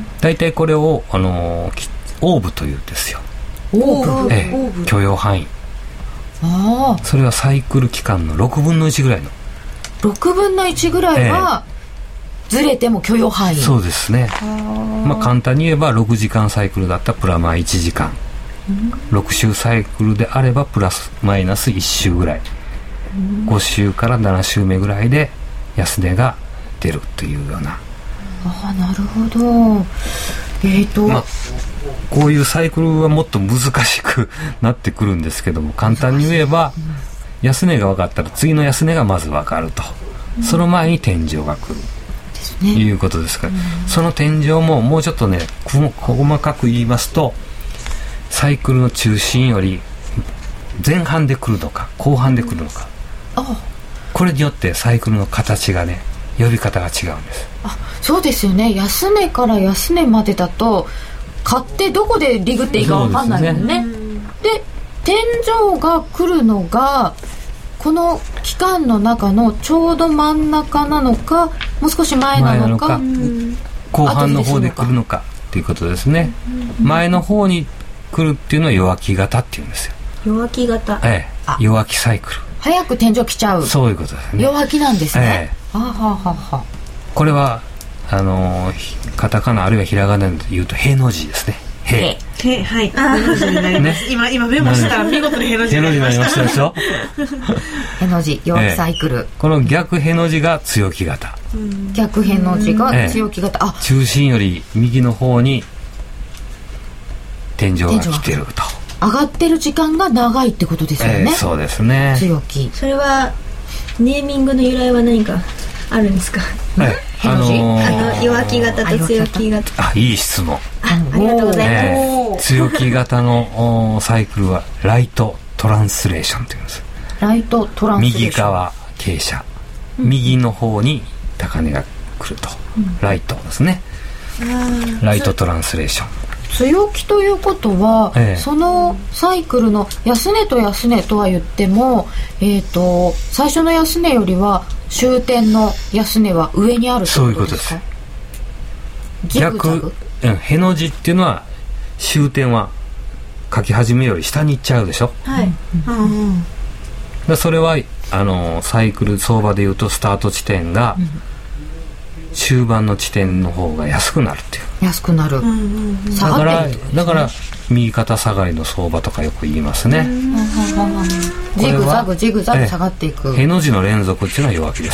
だいたいこれを、あのー、オーブというんですよ。 オーブ、 ええ、許容範囲。 あそれはサイクル期間のろくぶんのいちぐらいのろくぶんのいちぐらいは、ええ、ずれても許容範囲。 そうですね。まあ、簡単に言えばろくじかんサイクルだったらプラマイいちじかん、うん、ろく週サイクルであればプラスマイナスいっ週ぐらい、うん、ご週からなな週目ぐらいで安値が出るというような。 ああ、なるほど。えーと、まあ、 こういうサイクルはもっと難しくなってくるんですけども、簡単に言えば、うん、安値が分かったら次の安値がまず分かると、うん、その前に天井が来ると、ね、いうことですから、うん、その天井ももうちょっとね細かく言いますと、サイクルの中心より前半で来るのか後半で来るのか、うん、これによってサイクルの形がね、呼び方が違うんです。 あ、そうですよね。安値から安値までだと買ってどこでリグっていいか分かんないもんね。で、で天井が来るのがこの期間の中のちょうど真ん中なのか、もう少し前なのか、前なのか後半の方で来るのかっていうことですね。前の方に来るっていうのは弱気型っていうんですよ。 弱気型、 ええ、弱気サイクル。 早く天井来ちゃう、 そういうことですね。 弱気なんですね、 ええ、 はははは。 これはあのー、カタカナあるいはひらがなで言うとへの字ですね。へへ、はい、への字になります、ね、今今メモしたら見事にへの字になりました。 への字になりましたでしょへの字、弱気サイクル、ええ、 この逆への字が強気型、 うん、逆への字が強気型、ええ、あ、 中心より右の方に天井が来てると、 上がってる時間が長いってことですよね、 ええ、そうですね。 強気。 それはネーミングの由来は何かあるんですか？ はい、あのー、 あの弱気型と強気型。 あ、いい質問。 あ, ありがとうございます、 えー、強気型のサイクルはライトトランスレーションというんです。 ライトトランスレーション、 右側傾斜、うん、右の方に高値が来ると、うん、ライトですね、ライトトランスレーション。 強気ということは、ええ、そのサイクルの安値と安値とは言っても、えーと、最初の安値よりは終点の安値は上にあるということですか？そういうことです。 逆、うん、への字っていうのは終点は書き始めより下に行っちゃうでしょ、 はい、うんうん、 だそれはあのサイクル相場でいうとスタート地点が、うん、終盤の地点の方が安くなるっていう。 安くなる、うんうんうん、 だからだから右肩下がりの相場とかよく言いますね。 ジグザグジグザグ下がっていく。 への字の連続っていうのは弱気です。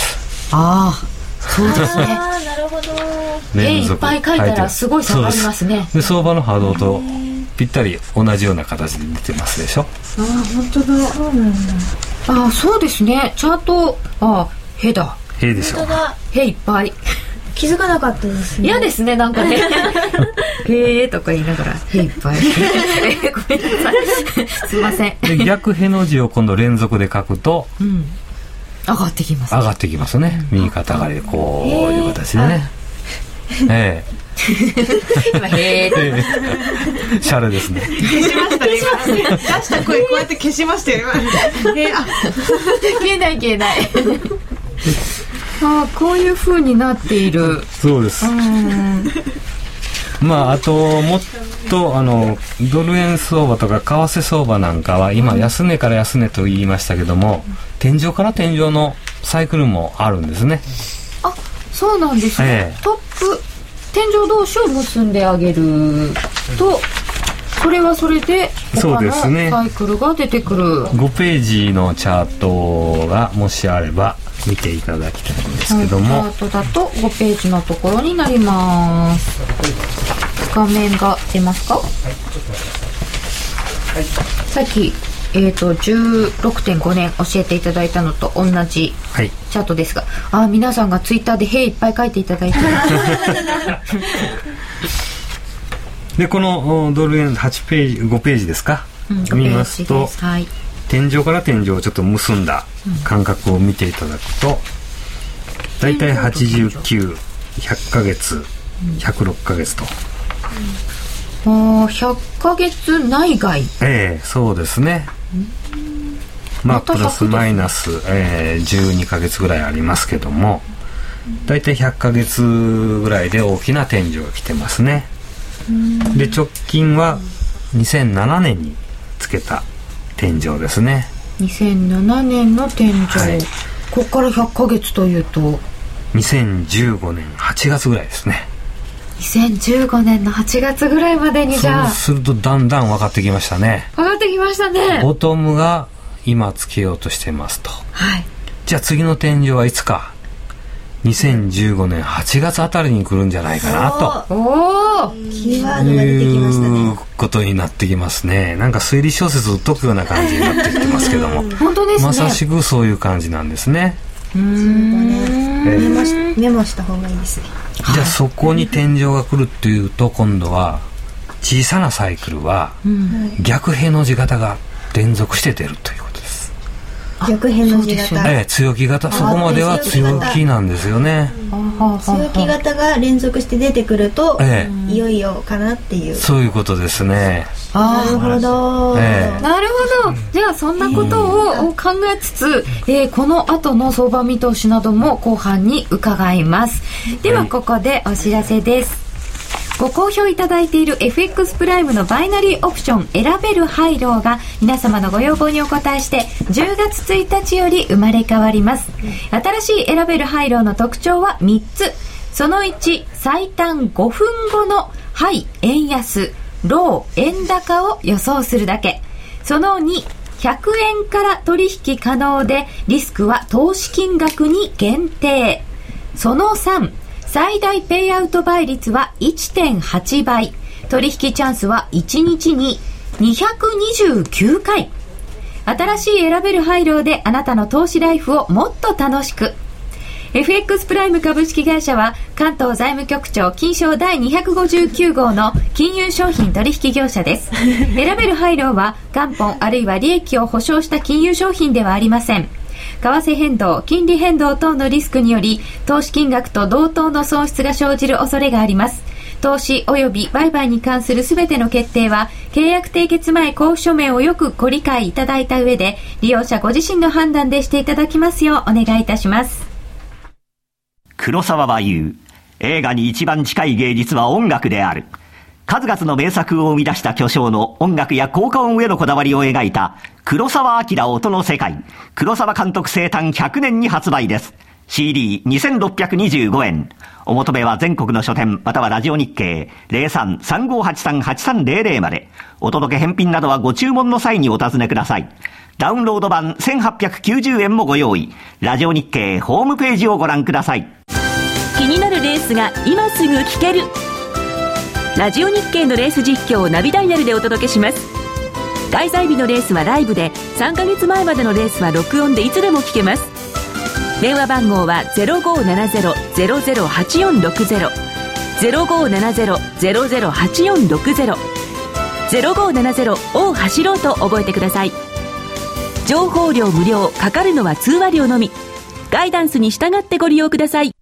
ああ、そうですね。 あ、なるほど。 へいっぱい書いたらすごい下がりますね。 で相場の波動とぴったり同じような形で出てますでしょ。ああ、本当だ。そうなんだ。 ああ、そうですね。チャート、ああ、へだ。 へでしょ。 へいっぱい。 気づかなかったですね。 嫌ですね、なんかね。へーとか言いながら、へいっぱい。ごめんなさい。すいません。 で逆への字を今度連続で書くと、 うん、上がってきます、ね。 上がってきますね。右肩上がりでこういう形でね。ええ。 今へー。 シャレですね。 消しましたね。今出した声こうやって消しましたよ。今。えー、あ、 消えない消えない。ああ、こういう風になっている。 そうです。まああともっとあのドル円相場とか為替相場なんかは今安値から安値と言いましたけども、天井から天井のサイクルもあるんですね。 あ、そうなんですね、ええ、トップ天井同士を結んであげると、それはそれで他のサイクルが出てくる。 ごページのチャートがもしあれば見ていただきたいんですけども、 チャートだとごページのところになります。画面が出ますか？はい、さっき、えーと、じゅうろくてんごねん教えていただいたのと同じチャートですが、はい、あ、皆さんがツイッターで「へい」いっぱい書いていただいてでこのドル円はちページごページですか、うん、見ますと、 はい、 天井から天井をちょっと結んだ感覚を見ていただくと、だいたいはちじゅうきゅう、ひゃっかげつ、ひゃくろっかげつと、 うん、あひゃっかげつ内外。 ええ、そうですね。 まあプラスマイナス、えー、じゅうにかげつぐらいありますけども、だいたいひゃっかげつぐらいで大きな天井が来てますね。で直近はにせんななねんにつけた天井ですね。 にせんななねんの天井、はい、ここからひゃっかげつというとにせんじゅうごねんはちがつぐらいですね。 にせんじゅうごねんのはちがつぐらいまでに、じゃあそうするとだんだん分かってきましたね。 分かってきましたね。 ボトムが今つけようとしてますと、 はい、じゃあ次の天井はいつかにせんじゅうごねんはちがつあたりに来るんじゃないかなと、 おーキーワードが出てきましたね。 いうことになってきますね。なんか推理小説を解くような感じになってきてますけども本当ですね。 まさしくそういう感じなんですね。 うーん、ね、メモし、メモした方がいいですね。 じゃあそこに天井が来るっていうと、今度は小さなサイクルは逆への字型が連続して出るということです。 逆への字型、 ええ、強気型、そこまでは強気なんですよね。 強気型が連続して出てくると、ええ、いよいよかなっていう、 そういうことですね。 なるほど、 ええ、 なるほど。じゃあそんなことを考えつつ、えー、この後の相場見通しなども後半に伺います。ではここでお知らせです。ご好評いただいている エフエックス プライムのバイナリーオプション選べるハイローが皆様のご要望にお応えしてじゅうがつついたちより生まれ変わります。新しい選べるハイローの特徴はみっつ。そのいち、最短ごふんごのハイ円安、ロー円高を予想するだけ。そのに、ひゃくえんから取引可能でリスクは投資金額に限定。そのさん、最大ペイアウト倍率は いってんはちばい、取引チャンスはいちにちににひゃくにじゅうきゅうかい。新しい選べるハイローであなたの投資ライフをもっと楽しく。 エフエックス プライム株式会社は関東財務局長金賞だいにひゃくごじゅうきゅう号の金融商品取引業者です。選べるハイローは元本あるいは利益を保証した金融商品ではありません。為替変動、金利変動等のリスクにより投資金額と同等の損失が生じる恐れがあります。投資及び売買に関するすべての決定は契約締結前交付書面をよくご理解いただいた上で利用者ご自身の判断でしていただきますようお願いいたします。 黒沢は言う、映画に一番近い芸術は音楽である。数々の名作を生み出した巨匠の音楽や効果音へのこだわりを描いた黒澤明音の世界、黒澤監督生誕ひゃくねんに発売です。 シーディーにせんろっぴゃくにじゅうごえん。お求めは全国の書店またはラジオ日経 ゼロさん さんごはちさん はちさんゼロゼロ まで。お届け返品などはご注文の際にお尋ねください。ダウンロード版せんはっぴゃくきゅうじゅうえんもご用意。ラジオ日経ホームページをご覧ください。 気になるレースが今すぐ聞ける。ラジオ日経のレース実況をナビダイヤルでお届けします。開催日のレースはライブで、さんかげつまえまでのレースは録音でいつでも聞けます。電話番号は ゼロごーななゼロ ゼロゼロはちよんろくゼロ ゼロごーななゼロ ゼロゼロはちよんろくゼロ ゼロごーななゼロを走ろうと覚えてください。情報料無料、かかるのは通話料のみ。ガイダンスに従ってご利用ください。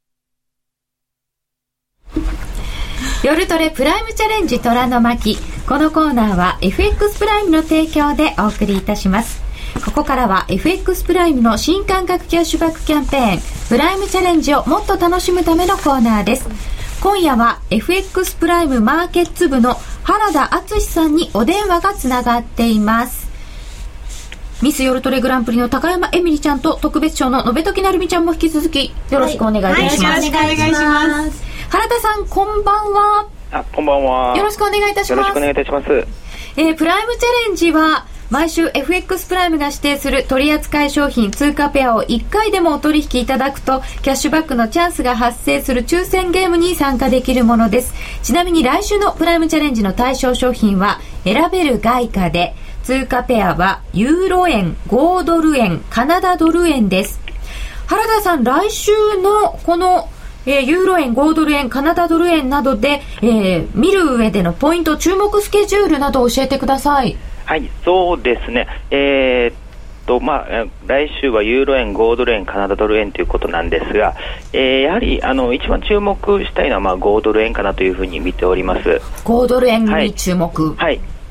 夜トレプライムチャレンジ虎の巻。このコーナーは エフエックス プライムの提供でお送りいたします。ここからは エフエックス プライムの新感覚キャッシュバックキャンペーンプライムチャレンジをもっと楽しむためのコーナーです。今夜は エフエックス プライムマーケッツ部の原田敦さんにお電話がつながっています。ミス夜トレグランプリの高山エミリちゃんと特別賞の延時なるみちゃんも引き続きよろしくお願いいたします。 はいはい、お願いします。 原田さん、こんばんは。 あ、こんばんは。 よろしくお願いいたします。 よろしくお願いいたします。 えー、プライムチャレンジは毎週 エフエックス プライムが指定する取扱商品通貨ペアをいっかいでもお取引いただくとキャッシュバックのチャンスが発生する抽選ゲームに参加できるものです。ちなみに来週のプライムチャレンジの対象商品は選べる外貨で、通貨ペアはユーロ円、ごドル円、カナダドル円です。原田さん、来週のこのえー、ユーロ円、ごドル円、カナダドル円などで、えー、見る上でのポイント、注目スケジュールなど教えてください。 はい、そうですね。えー、っとまあ来週はユーロ円、ごドル円、カナダドル円ということなんですが、えー、やはりあの一番注目したいのはまあごドル円かなというふうに見ております。 ごドル円に注目。 はい。はい、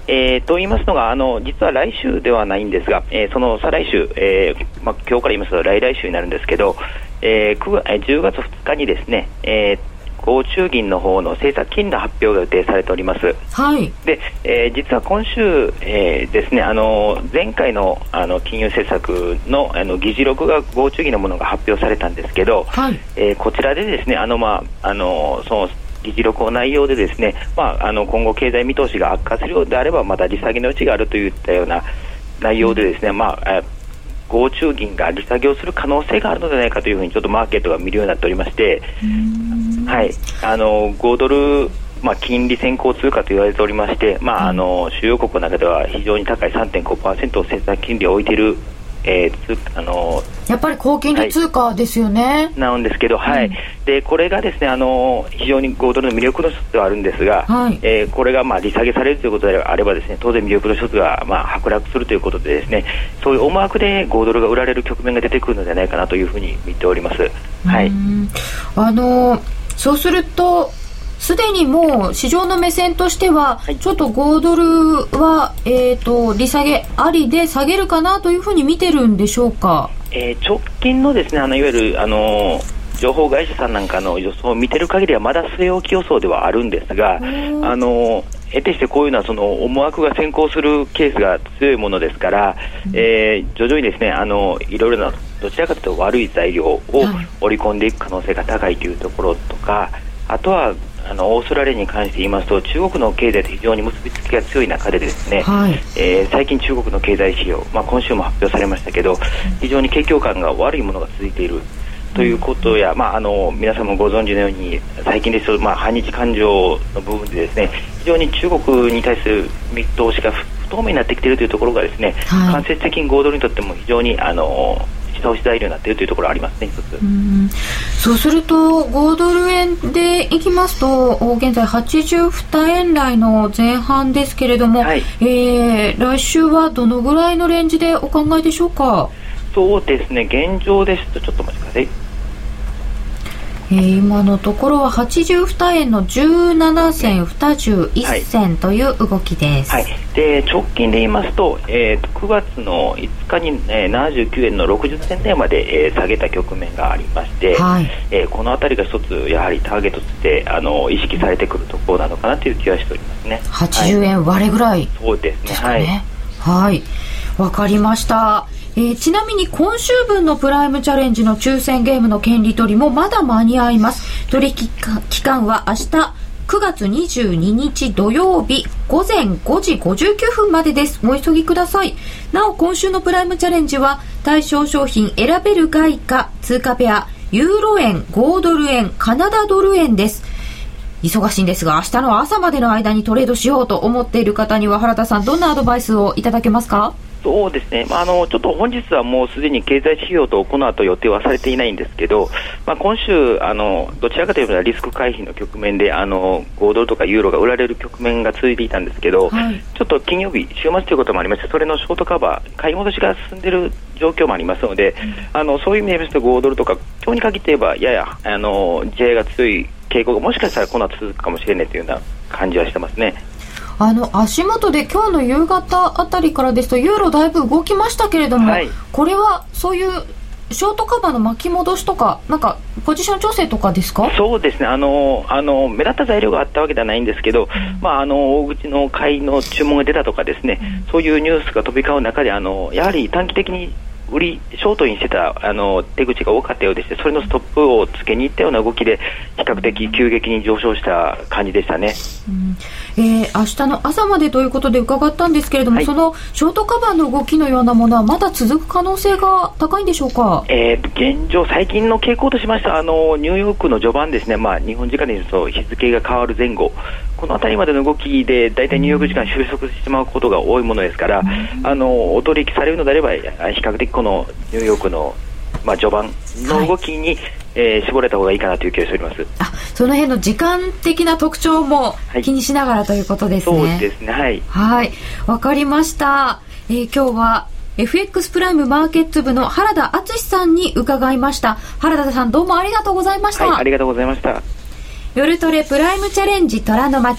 えー、と言いますのが、あの実は来週ではないんですが、えー、その再来週、えーまあ、今日から言いますと来来週になるんですけど、えー、じゅうがつふつかにですね、えー合中銀の方の政策金利の発表が予定されております。 はい。 で、えー、実は今週、えー、ですね、あの前回のあの金融政策のあの議事録が合中銀のものが発表されたんですけど、はい、えー、こちらでですね、あのまああのその議事録の内容でですね、まああの今後経済見通しが悪化するようであればまた利下げの余地があるといったような内容でですね、まあ合中銀が利下げをする可能性があるのではないかというふうにちょっとマーケットが見るようになっておりまして、はい、あのごドル、まあ、金利先行通貨と言われておりまして、まあ、あの主要国の中では非常に高い さんてんごパーセント 政策金利を置いている、えー、あのやっぱり高金利通貨ですよね、はい、 なんですけど、はい、うん、でこれがですね、あの非常にごドルの魅力の一つではあるんですが、はい、えー、これがまあ利下げされるということであればですね、当然魅力の一つがまあ剥落するということでですね、そういう思惑でごドルが売られる局面が出てくるのではないかなというふうに見ております。はい、 あのそうするとすでにもう市場の目線としては、はい、ちょっとごドルは、えーと、利下げありで下げるかなというふうに見てるんでしょうか。 えー、直近のですね、あのいわゆるあの情報会社さんなんかの予想を見てる限りはまだ据え置き予想ではあるんですが、あの得てしてこういうのはその思惑が先行するケースが強いものですから、うん、えー、徐々にですね、あのいろいろなどちらかというと悪い材料を織り込んでいく可能性が高いというところとか、あとはあのオーストラリアに関して言いますと、中国の経済と非常に結びつきが強い中でですね、はい、えー、最近中国の経済指標、まあ、今週も発表されましたけど、非常に景況感が悪いものが続いているということや、まあ、あの皆さんもご存知のように最近ですと、まあ、反日感情の部分でですね、非常に中国に対する見通しが不透明になってきているというところがですね、はい、間接的にごドルにとっても非常にあの下押し材料になっているというところがありますね、一つ。 うん、そうするとごドル円でいきますと現在はちじゅうにえん台の前半ですけれども、はい、えー、来週はどのぐらいのレンジでお考えでしょうか。 そうですね、現状ですとちょっとお待ちください。 えー、今のところははちじゅうにえんのじゅうななせんにじゅういっせんという動きです。 はいはい、で直近で言いますと、えー、くがつのいつかに、えー、ななじゅうきゅうえんのろくじゅっせん台まで、えー、下げた局面がありまして、はい、えー、このあたりが一つやはりターゲットとしてあの意識されてくるところなのかなという気はしておりますね。 はちじゅうえん割れぐらい、 はい、そうですね。はい、 はい、わかりました。えー、ちなみに今週分のプライムチャレンジの抽選ゲームの権利取りもまだ間に合います。取引期間は明日くがつにじゅうににち土曜日ごぜんごじごじゅうきゅうふんまでです。お急ぎください。なお今週のプライムチャレンジは対象商品選べる外貨通貨ペアユーロ円、ごドル円、カナダドル円です。忙しいんですが明日の朝までの間にトレードしようと思っている方には原田さん、どんなアドバイスをいただけますか。 そうですね、まあ、あのちょっと本日はもうすでに経済指標とこの後予定はされていないんですけど、まあ、今週あのどちらかというとリスク回避の局面であのごドルとかユーロが売られる局面が続いていたんですけど、はい、ちょっと金曜日週末ということもありまして、それのショートカバー買い戻しが進んでいる状況もありますので、うん、あのそういう意味で言いますとごドルとか今日に限って言えばややあの地合いが強い傾向がもしかしたらこの後続くかもしれないというような感じはしてますね。 あの足元で今日の夕方あたりからですとユーロだいぶ動きましたけれども、はい、これはそういうショートカバーの巻き戻しとかなんかポジション調整とかですか。 そうですね、あのあの目立った材料があったわけではないんですけど、うん、まあ、あの大口の買いの注文が出たとかですね、うん、そういうニュースが飛び交う中であのやはり短期的に売りショートにしてたあの手口が多かったようでして、それのストップをつけに行ったような動きで比較的急激に上昇した感じでしたね。 うん、えー、明日の朝までということで伺ったんですけれども、はい、そのショートカバーの動きのようなものはまだ続く可能性が高いんでしょうか。 えー、現状最近の傾向としましてはあのニューヨークの序盤ですね、まあ、日本時間でいうと日付が変わる前後このあたりまでの動きでだいたいニューヨーク時間収束してしまうことが多いものですから、うん、あのお取引されるのであれば比較的このニューヨークの、まあ、序盤の動きに、はい、えー、絞れた方がいいかなという気がしております。 あ、その辺の時間的な特徴も気にしながらということですね。 はい、そうですね、はい、 はい、わかりました。えー、今日は エフエックス プライムマーケット部の原田敦さんに伺いました。原田さんどうもありがとうございました。 はい、ありがとうございました。 夜トレプライムチャレンジ虎の巻、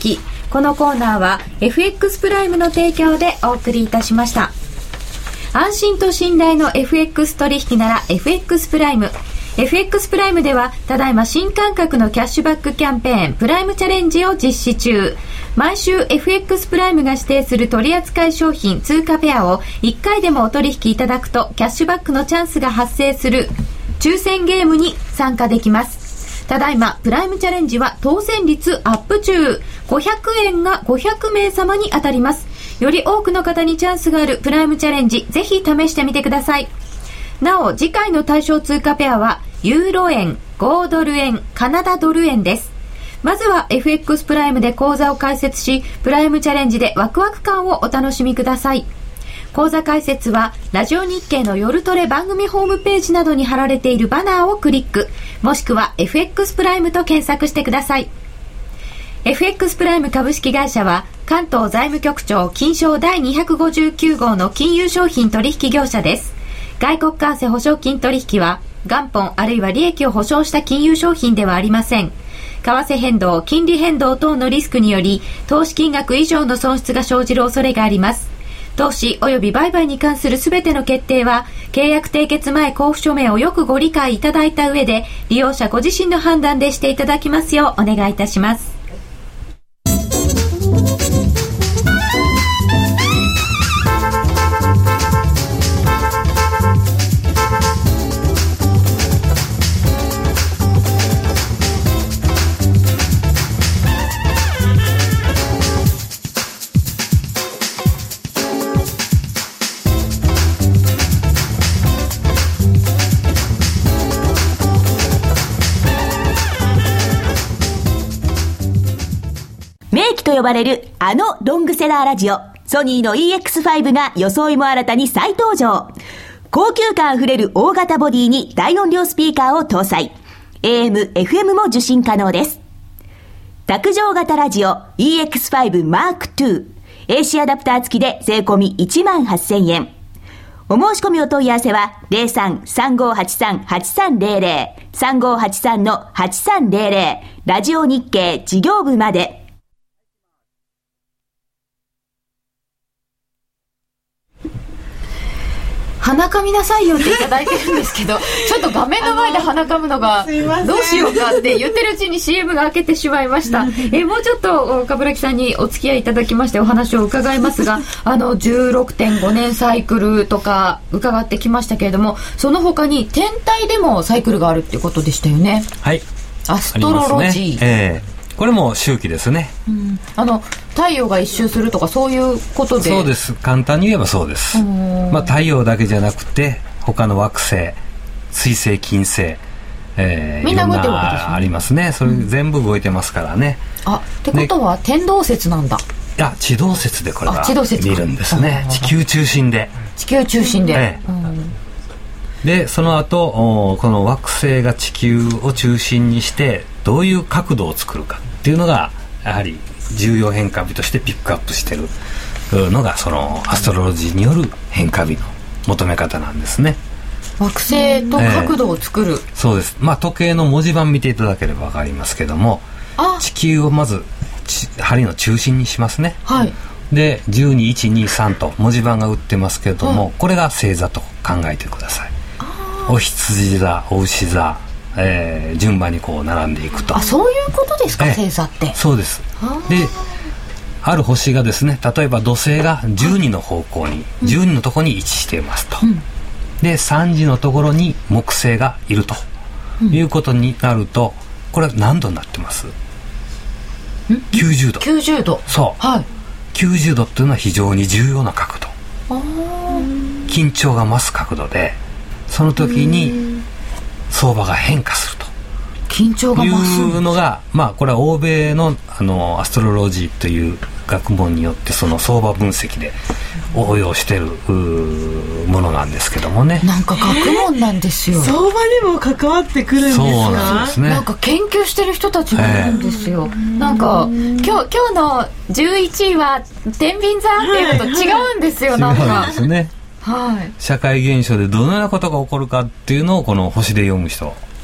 このコーナーは エフエックス プライムの提供でお送りいたしました。安心と信頼の エフエックス 取引なら エフエックス プライム。エフエックス プライムではただいま新感覚のキャッシュバックキャンペーンプライムチャレンジを実施中。毎週 エフエックス プライムが指定する取扱商品通貨ペアをいっかいでもお取引いただくとキャッシュバックのチャンスが発生する抽選ゲームに参加できます。ただいまプライムチャレンジは当選率アップ中。ごひゃくえんがごひゃくめい様に当たります。より多くの方にチャンスがあるプライムチャレンジ、ぜひ試してみてください。なお次回の対象通貨ペアはユーロ円、ごドル円、カナダドル円です。まずは エフエックス プライムで講座を開設し、プライムチャレンジでワクワク感をお楽しみください。講座開設はラジオ日経の夜トレ番組ホームページなどに貼られているバナーをクリック、もしくは エフエックス プライムと検索してください。エフエックス プライム株式会社は関東財務局長金商第にひゃくごじゅうきゅう号の金融商品取引業者です。外国為替保証金取引は元本あるいは利益を保証した金融商品ではありません。為替変動、金利変動等のリスクにより投資金額以上の損失が生じる恐れがあります。投資及び売買に関するすべての決定は契約締結前交付書面をよくご理解いただいた上で利用者ご自身の判断でしていただきますようお願いいたします。 と呼ばれるあのロングセラーラジオソニーの イーエックスファイブ が装いも新たに再登場。高級感あふれる大型ボディに大音量スピーカーを搭載。 エーエム、エフエム も受信可能です。卓上型ラジオ イーエックスファイブマークツー エーシー アダプター付きで税込みいちまんはっせんえん。お申し込みお問い合わせは ゼロさん さんごはちさん はちさんゼロゼロ さんごはちさん はちさんゼロゼロ ラジオ日経事業部まで。 鼻かみなさいよっていただいてるんですけどちょっと画面の前で鼻かむのがどうしようかって言ってるうちに シーエム が開けてしまいましたえもうちょっと冠城さんにお付き合いいただきましてお話を伺いますがあの じゅうろくてんごねんサイクルとか伺ってきましたけれども、その他に天体でもサイクルがあるってことでしたよね。 はい、 アストロロジー、 ねえー、これも周期ですね、 うん、あの太陽が一周するとかそういうことで。 そうです、簡単に言えばそうです。まあ、太陽だけじゃなくて他の惑星、水星、金星、えー、 みんな動いてるわけですよね。 ありますね。それ全部動いてますからね、 うん、あってことは天動説なんだ。 いや地動説でこれは見るんですね。 地球中心で地球中心で、 ええ、うん、でその後この惑星が地球を中心にしてどういう角度を作るかっていうのがやはり重要変化日としてピックアップしているのがそのアストロロジーによる変化日の求め方なんですね。 惑星と角度を作る、えー、 そうです。まあ時計の文字盤見ていただければ分かりますけども、地球をまず針の中心にしますね、はい、でじゅうに、いち、に、さんと文字盤が打ってますけども、はい、これが星座と考えてください。お羊座、お牛座、えー、順番にこう並んでいくと。 あ、そういうことですか、えー、星座って。 そうです。である星がですね、例えば土星がじゅうにの方向に、うん、じゅうにのところに位置していますと、うん、でさんじのところに木星がいると、うん、いうことになると、これは何度になってます？きゅうじゅうど。 きゅうじゅうど。 そう、はい、きゅうじゅうどっていうのは非常に重要な角度。あ、緊張が増す角度で、その時に相場が変化すると緊張が増すいうのが、まあ、これは欧米 の, あのアストロロジーという学問によってその相場分析で応用しているものなんですけどもね。 なんか学問なんですよ。 相場にも関わってくるんですか？ そうなんですね。 なんか研究してる人たちがいるんですよ、えー、なんか今日、今日のじゅういちいは天秤座っていうのと違うんですよ、はい、なんか違うんですね、はい、社会現象でどのようなことが起こるかっていうのをこの星で読む人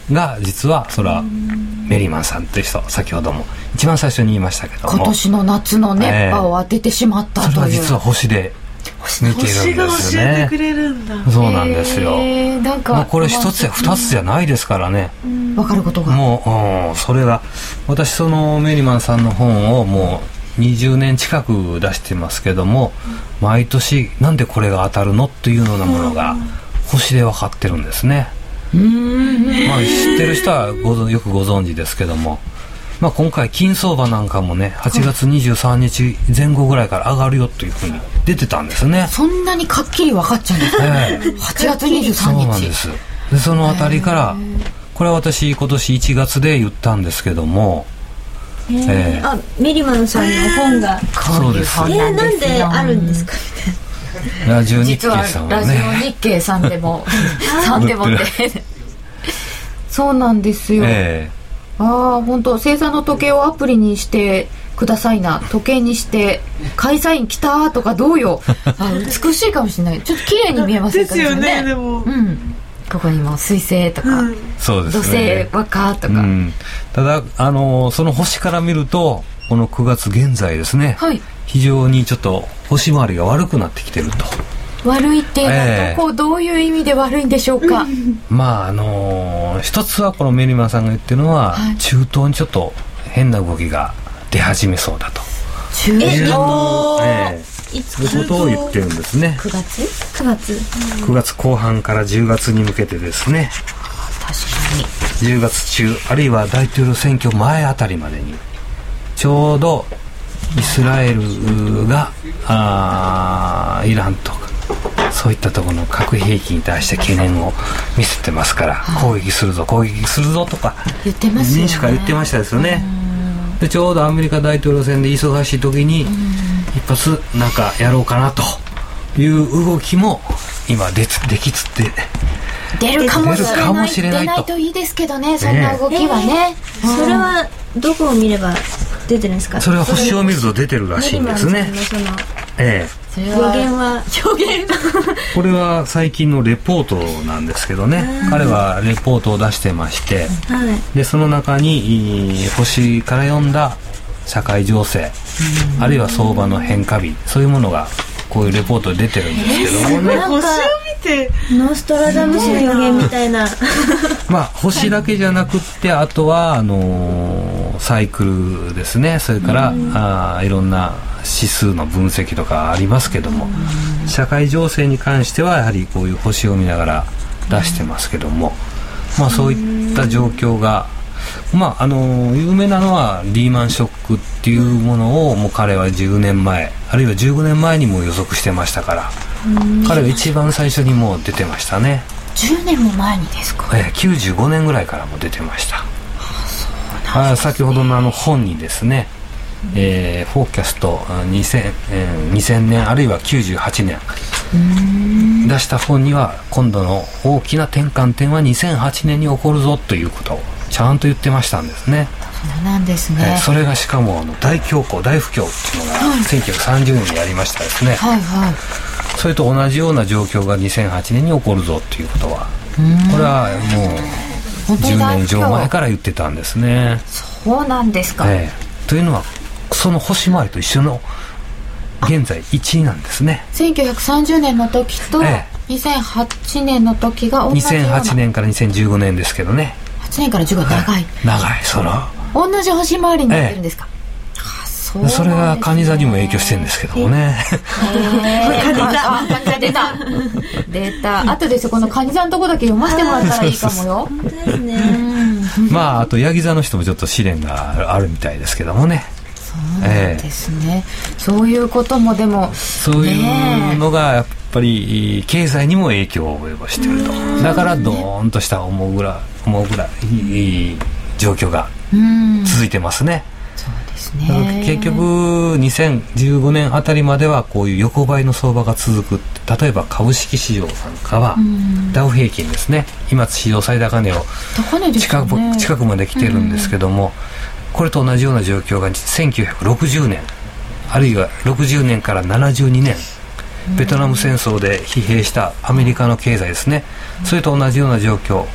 が実はそれはメリーマンさんという人、先ほども一番最初に言いましたけども、 今年の夏の熱波を当ててしまったという、 それは実は星で見てるんですよね。 星が教えてくれるんだ。 そうなんですよ。 えー、なんか、 まあ、これ一つや二つじゃないですからね、 分かることがもう、うん、それが私そのメリマンさんの本をもうにじゅうねん近く出してますけども、毎年なんでこれが当たるのっていうようなものが星で分かってるんですね。うーん、まあ、知ってる人はごよくご存知ですけども、まあ、今回金相場なんかもねはちがつにじゅうさんにちぜん後ぐらいから上がるよというふうに出てたんですね。 そんなにかっきり分かっちゃうんですか、えー、はちがつにじゅうさんにち。 そうなんです。でそのあたりからこれは私今年いちがつで言ったんですけども、 えーえー、あメリマンさんの本がそうです。 えー、なんであるんですかみたいな。 ラジオ日経さんはね、 実はラジオ日経さんでもさんでもってそうなんですよ、えーああ、本当星座の時計をアプリにしてくださいな、時計にして開催員来たとかどうよあ、美しいかもしれない。ちょっと綺麗に見えませんかですよね。でも、 うん、ここにも水星とか、うん、 そうですね、 土星和歌とか、うん、 ただあのその星から見るとこのくがつ現在ですね、はい、非常にちょっと星回りが悪くなってきてると。 悪いっていうのは、えー、どこどういう意味で悪いんでしょうか。 まああのー、一つはこのメリマンさんが言ってるのは、はい、中東にちょっと変な動きが出始めそうだと中東、 えー、そういうことを言ってるんですね。 くがつくがつ、 うん、くがつこう半からじゅうがつに向けてですね。 確かにじゅうがつ中あるいは大統領選挙前あたりまでにちょうどイスラエルがあイランとかそういったところの核兵器に対して懸念を見せてますから、はい、攻撃するぞ攻撃するぞとか言ってますよね。 民主化言ってましたですよね。でちょうどアメリカ大統領選で忙しい時に一発なんかやろうかなという動きも今でできつって出るかもしれない。出ないといいですけどね、そんな動きはね、 えー、それはどこを見れば出てるんですか。 それは星を見ると出てるらしいんですね。ええ、予言は予言これは最近のレポートなんですけどね、彼はレポートを出してまして、はい、でその中に星から読んだ社会情勢、あるいは相場の変化日、そういうものがこういうレポートで出てるんですけどもね、 星を見てノストラダムスの予言みたいなまあ星だけじゃなくってあとはあのー、サイクルですね、それからあいろんな指数の分析とかありますけども、社会情勢に関してはやはりこういう星を見ながら出してますけども、まあそういった状況がまああの有名なのはリーマンショックっていうものをもう彼はじゅうねんまえあるいはじゅうごねんまえにも予測してましたから、彼が一番最初にもう出てましたね。 じゅうねんも前にですか。 ええ、きゅうじゅうごねんぐらいからも出てました。ああ、そうなんですね。先ほどのあの本にですね、えー、フォーキャストにせん、えー、にせんねんあるいはきゅうじゅうはちねん出した本には今度の大きな転換点はにせんはちねんに起こるぞということをちゃんと言ってましたんですね。 そうなんですね、 えー、それがしかもあの大恐慌大不況っていうのがせんきゅうひゃくさんじゅうねんにやりましたですね、はいはい、それと同じような状況がにせんはちねんに起こるぞということはこれはもうじゅうねん以上前から言ってたんですね。 そうなんですか、 えー、というのはその星回りと一緒の現在いちいなんですね。 せんきゅうひゃくさんじゅうねんの時とにせんはちねんの時が同じような、にせんはちねんからにせんじゅうごねんですけどね。 はちねんからじゅうごねん長い、 長い。その同じ星回りになってるんですか、ええ、あ、そうなんですね。 それが蟹座にも影響してるんですけどもね。 蟹座出た出た。あとでそこの蟹座のとこだけ読ませてもらったらいいかもよ。 本当ですね。 まああとヤギ座の人もちょっと試練があるみたいですけどもね。 そうなんですね、えー、そういうこともでもそういうのがやっぱり経済にも影響を及ぼしていると。だからドーンとした思うぐらい思うぐらいいい状況が続いてますね。 そうですね。 結局にせんじゅうごねんあたりまではこういう横ばいの相場が続く。例えば株式市場なんかはダウ平均ですね、今史上最高値を近く、ね、近くまで来てるんですけども、これと同じような状況がせんきゅうひゃくろくじゅうねんあるいはろくじゅうねんからななじゅうにねんベトナム戦争で疲弊したアメリカの経済ですね、それと同じような状況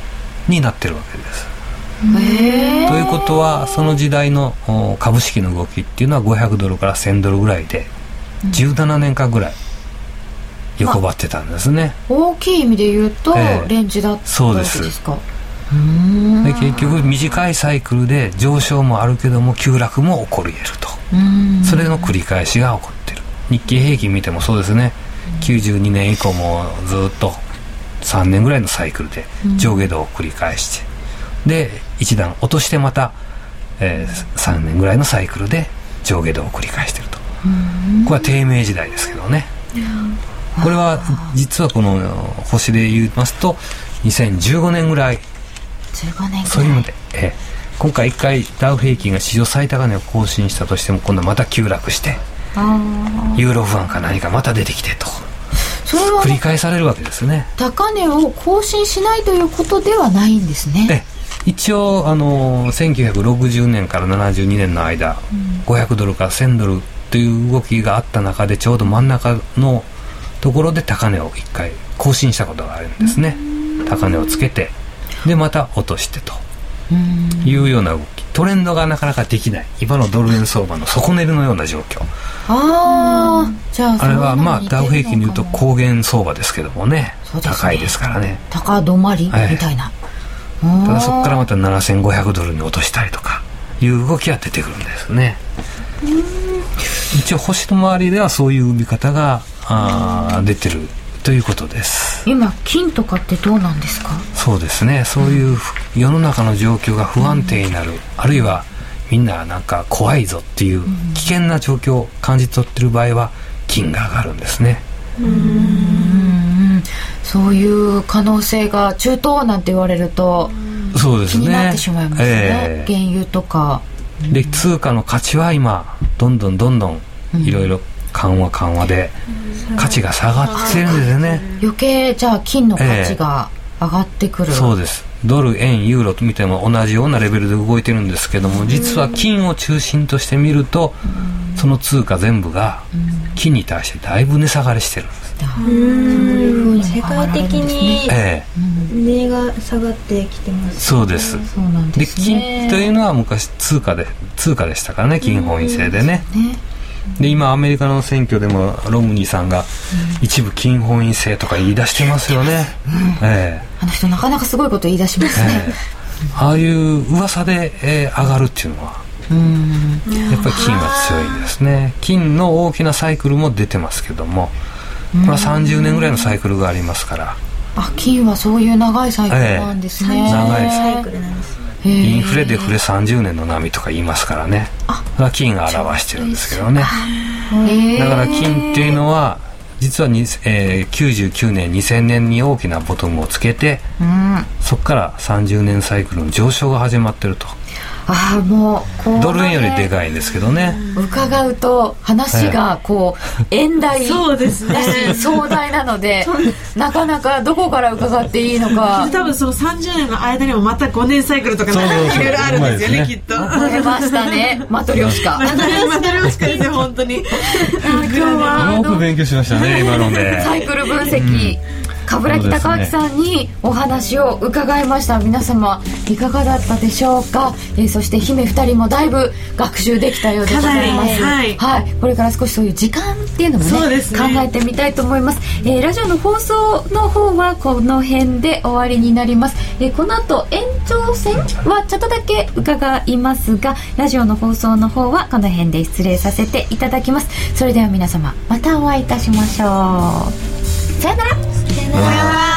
になってるわけです。 へー。 ということはその時代の株式の動きっていうのはごひゃくドルからせんドルぐらいでじゅうななねんかんぐらい横ばってたんですね、 まあ、大きい意味で言うと、えー、レンジだったわけですか。うーんで結局短いサイクルで上昇もあるけども急落も起こり得ると、うーんそれの繰り返しが起こってる。日経平均見てもそうですね。きゅうじゅうにねん以降もずっとさんねんぐらいのサイクルで上下動を繰り返して、うん、で一段落としてまた、えー、さんねんぐらいのサイクルで上下動を繰り返していると、うん、これは低迷時代ですけどね、うん、これは実はこの星で言いますとにせんじゅうごねんぐらいじゅうごねんぐらいそういうので、えー、今回いっかいダウ平均が史上最高値を更新したとしても今度はまた急落してユーロ不安か何かまた出てきてとそれは繰り返されるわけですね。 高値を更新しないということではないんですね。 え一応あのせんきゅうひゃくろくじゅうねんからななじゅうにねんの間、うん、ごひゃくドルからせんドルという動きがあった中でちょうど真ん中のところで高値をいっかい更新したことがあるんですね。高値をつけてでまた落としてというような動き、トレンドがなかなかできない今のドル円相場の底値のような状況。 ああ、じゃああれはまあダウ平均でいうと高原相場ですけども ね, ね高いですからね。 高止まりみたいな、 はい、ただそこからまたななせんごひゃくドルに落としたりとかいう動きが出てくるんですね。一応星の周りではそういう見方があ出てるということです。 今金とかってどうなんですか？ そうですね、そういう世の中の状況が不安定になる、うん、あるいはみんななんか怖いぞっていう危険な状況を感じ取ってる場合は金が上がるんですね。 うーん、そういう可能性が中東なんて言われるとそうですね、 気になってしまいますね、えー、原油とかで通貨の価値は今どんどんどんどんいろいろ緩和緩和で価値が下がってるんですよね。 余計じゃあ金の価値が上がってくる、 えー、そうです。ドル円ユーロと見ても同じようなレベルで動いてるんですけども、実は金を中心として見るとその通貨全部が金に対してだいぶ値下がりしてるんです。 うん、世界的に値が下がってきてます、ね、 そうです。 そうなんですね。 で金というのは昔通貨で通貨でしたからね、金本位制でね。で今アメリカの選挙でもロムニーさんが一部金本位制とか言い出してますよね、うんえー、あの人なかなかすごいこと言い出しますね、 えー、ああいう噂で、えー、上がるっていうのはうんやっぱり金は強いんですね。金の大きなサイクルも出てますけども、これはさんじゅうねんぐらいのサイクルがありますから。 あ、金はそういう長いサイクルなんですね、 えー、長いサイクルなんです。インフレデフレさんじゅうねんの波とか言いますからね。あ、金が表してるんですけどね。だから金っていうのは実はに、えー、きゅうじゅうきゅうねんにせんねんに大きなボトムをつけて、うん、そこからさんじゅうねんサイクルの上昇が始まってると。 ああ、もうドル円よりでかいんですけどね。 伺うと話がこう円大そうですね壮大なのでなかなかどこから伺っていいのか。 多分そのさんじゅうねんの間にもまたごねんサイクルとかいろいろあるんですよね、きっと。 覚えましたね、マトリョーシカ。 マトリョーシカですよ、本当に。 今日はよく勉強しましたね、今ので。 サイクル分析、冠城隆明さんにお話を伺いました。皆様いかがだったでしょうか。えー、そして姫ふたりもだいぶ学習できたようでございます、はいはい、これから少しそういう時間っていうのも ね, ね考えてみたいと思います。えー、ラジオの放送の方はこの辺で終わりになります。えー、この後延長戦はちょっとだけ伺いますが、ラジオの放送の方はこの辺で失礼させていただきます。それでは皆様またお会いいたしましょう。さよなら。 さよなら。